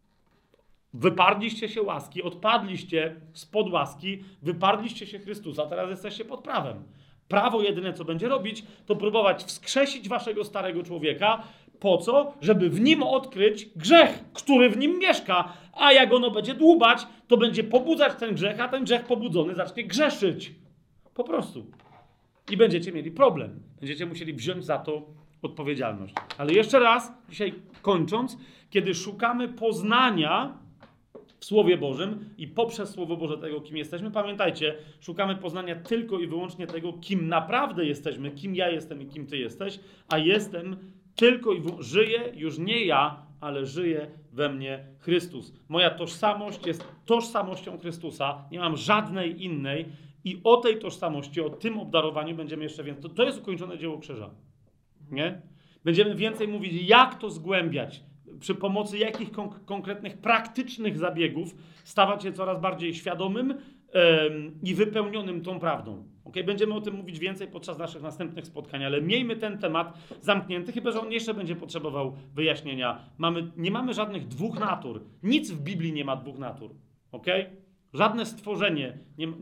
wyparliście się łaski, odpadliście spod łaski, wyparliście się Chrystusa, teraz jesteście pod prawem. Prawo jedyne, co będzie robić, to próbować wskrzesić waszego starego człowieka. Po co? Żeby w nim odkryć grzech, który w nim mieszka. A jak ono będzie dłubać, to będzie pobudzać ten grzech, a ten grzech pobudzony zacznie grzeszyć. Po prostu. I będziecie mieli problem. Będziecie musieli wziąć za to odpowiedzialność. Ale jeszcze raz, dzisiaj kończąc, kiedy szukamy poznania w Słowie Bożym i poprzez Słowo Boże tego, kim jesteśmy, pamiętajcie, szukamy poznania tylko i wyłącznie tego, kim naprawdę jesteśmy, kim ja jestem i kim ty jesteś, a jestem tylko i wyłącznie, żyję już nie ja, ale żyje we mnie Chrystus. Moja tożsamość jest tożsamością Chrystusa, nie mam żadnej innej i o tej tożsamości, o tym obdarowaniu będziemy jeszcze więcej. To jest ukończone dzieło krzyża. Nie? Będziemy więcej mówić, jak to zgłębiać, przy pomocy jakich konkretnych, praktycznych zabiegów stawać się coraz bardziej świadomym i wypełnionym tą prawdą. Okay? Będziemy o tym mówić więcej podczas naszych następnych spotkań, ale miejmy ten temat zamknięty, chyba że on jeszcze będzie potrzebował wyjaśnienia. Nie mamy żadnych dwóch natur. Nic w Biblii nie ma dwóch natur. Okay? Żadne stworzenie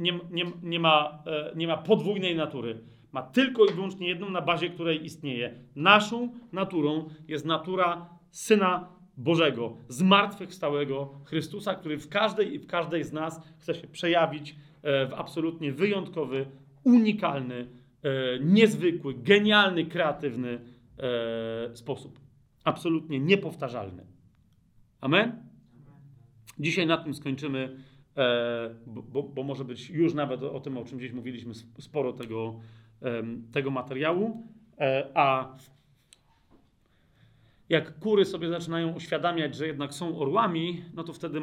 nie ma podwójnej natury. Ma tylko i wyłącznie jedną, na bazie której istnieje. Naszą naturą jest natura Syna Bożego, zmartwychwstałego Chrystusa, który w każdej z nas chce się przejawić w absolutnie wyjątkowy, unikalny, niezwykły, genialny, kreatywny sposób. Absolutnie niepowtarzalny. Amen? Dzisiaj na tym skończymy, bo może być już nawet o tym, o czym gdzieś mówiliśmy, sporo tego materiału, a jak kury sobie zaczynają uświadamiać, że jednak są orłami, no to wtedy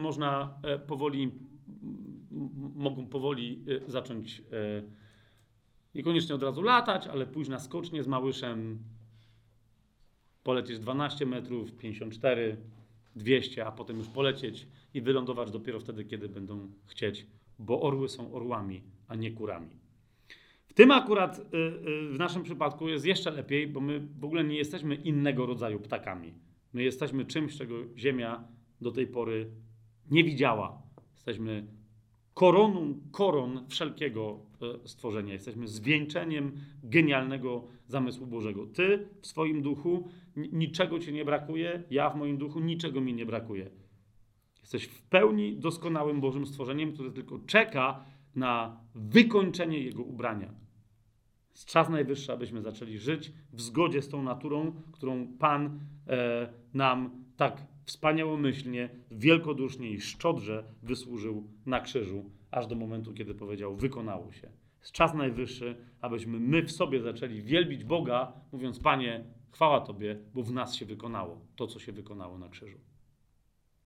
mogą powoli zacząć niekoniecznie od razu latać, ale pójść na skocznie z małyszem, polecieć 12 metrów, 54, 200, a potem już polecieć i wylądować dopiero wtedy, kiedy będą chcieć, bo orły są orłami, a nie kurami. W tym akurat w naszym przypadku jest jeszcze lepiej, bo my w ogóle nie jesteśmy innego rodzaju ptakami. My jesteśmy czymś, czego Ziemia do tej pory nie widziała. Jesteśmy koron wszelkiego stworzenia. Jesteśmy zwieńczeniem genialnego zamysłu Bożego. Ty w swoim duchu niczego ci nie brakuje, ja w moim duchu niczego mi nie brakuje. Jesteś w pełni doskonałym Bożym stworzeniem, które tylko czeka na wykończenie jego ubrania. Czas najwyższy, abyśmy zaczęli żyć w zgodzie z tą naturą, którą Pan nam tak wspaniałomyślnie, wielkodusznie i szczodrze wysłużył na krzyżu, aż do momentu, kiedy powiedział: wykonało się. Jest czas najwyższy, abyśmy my w sobie zaczęli wielbić Boga, mówiąc: Panie, chwała Tobie, bo w nas się wykonało to, co się wykonało na krzyżu.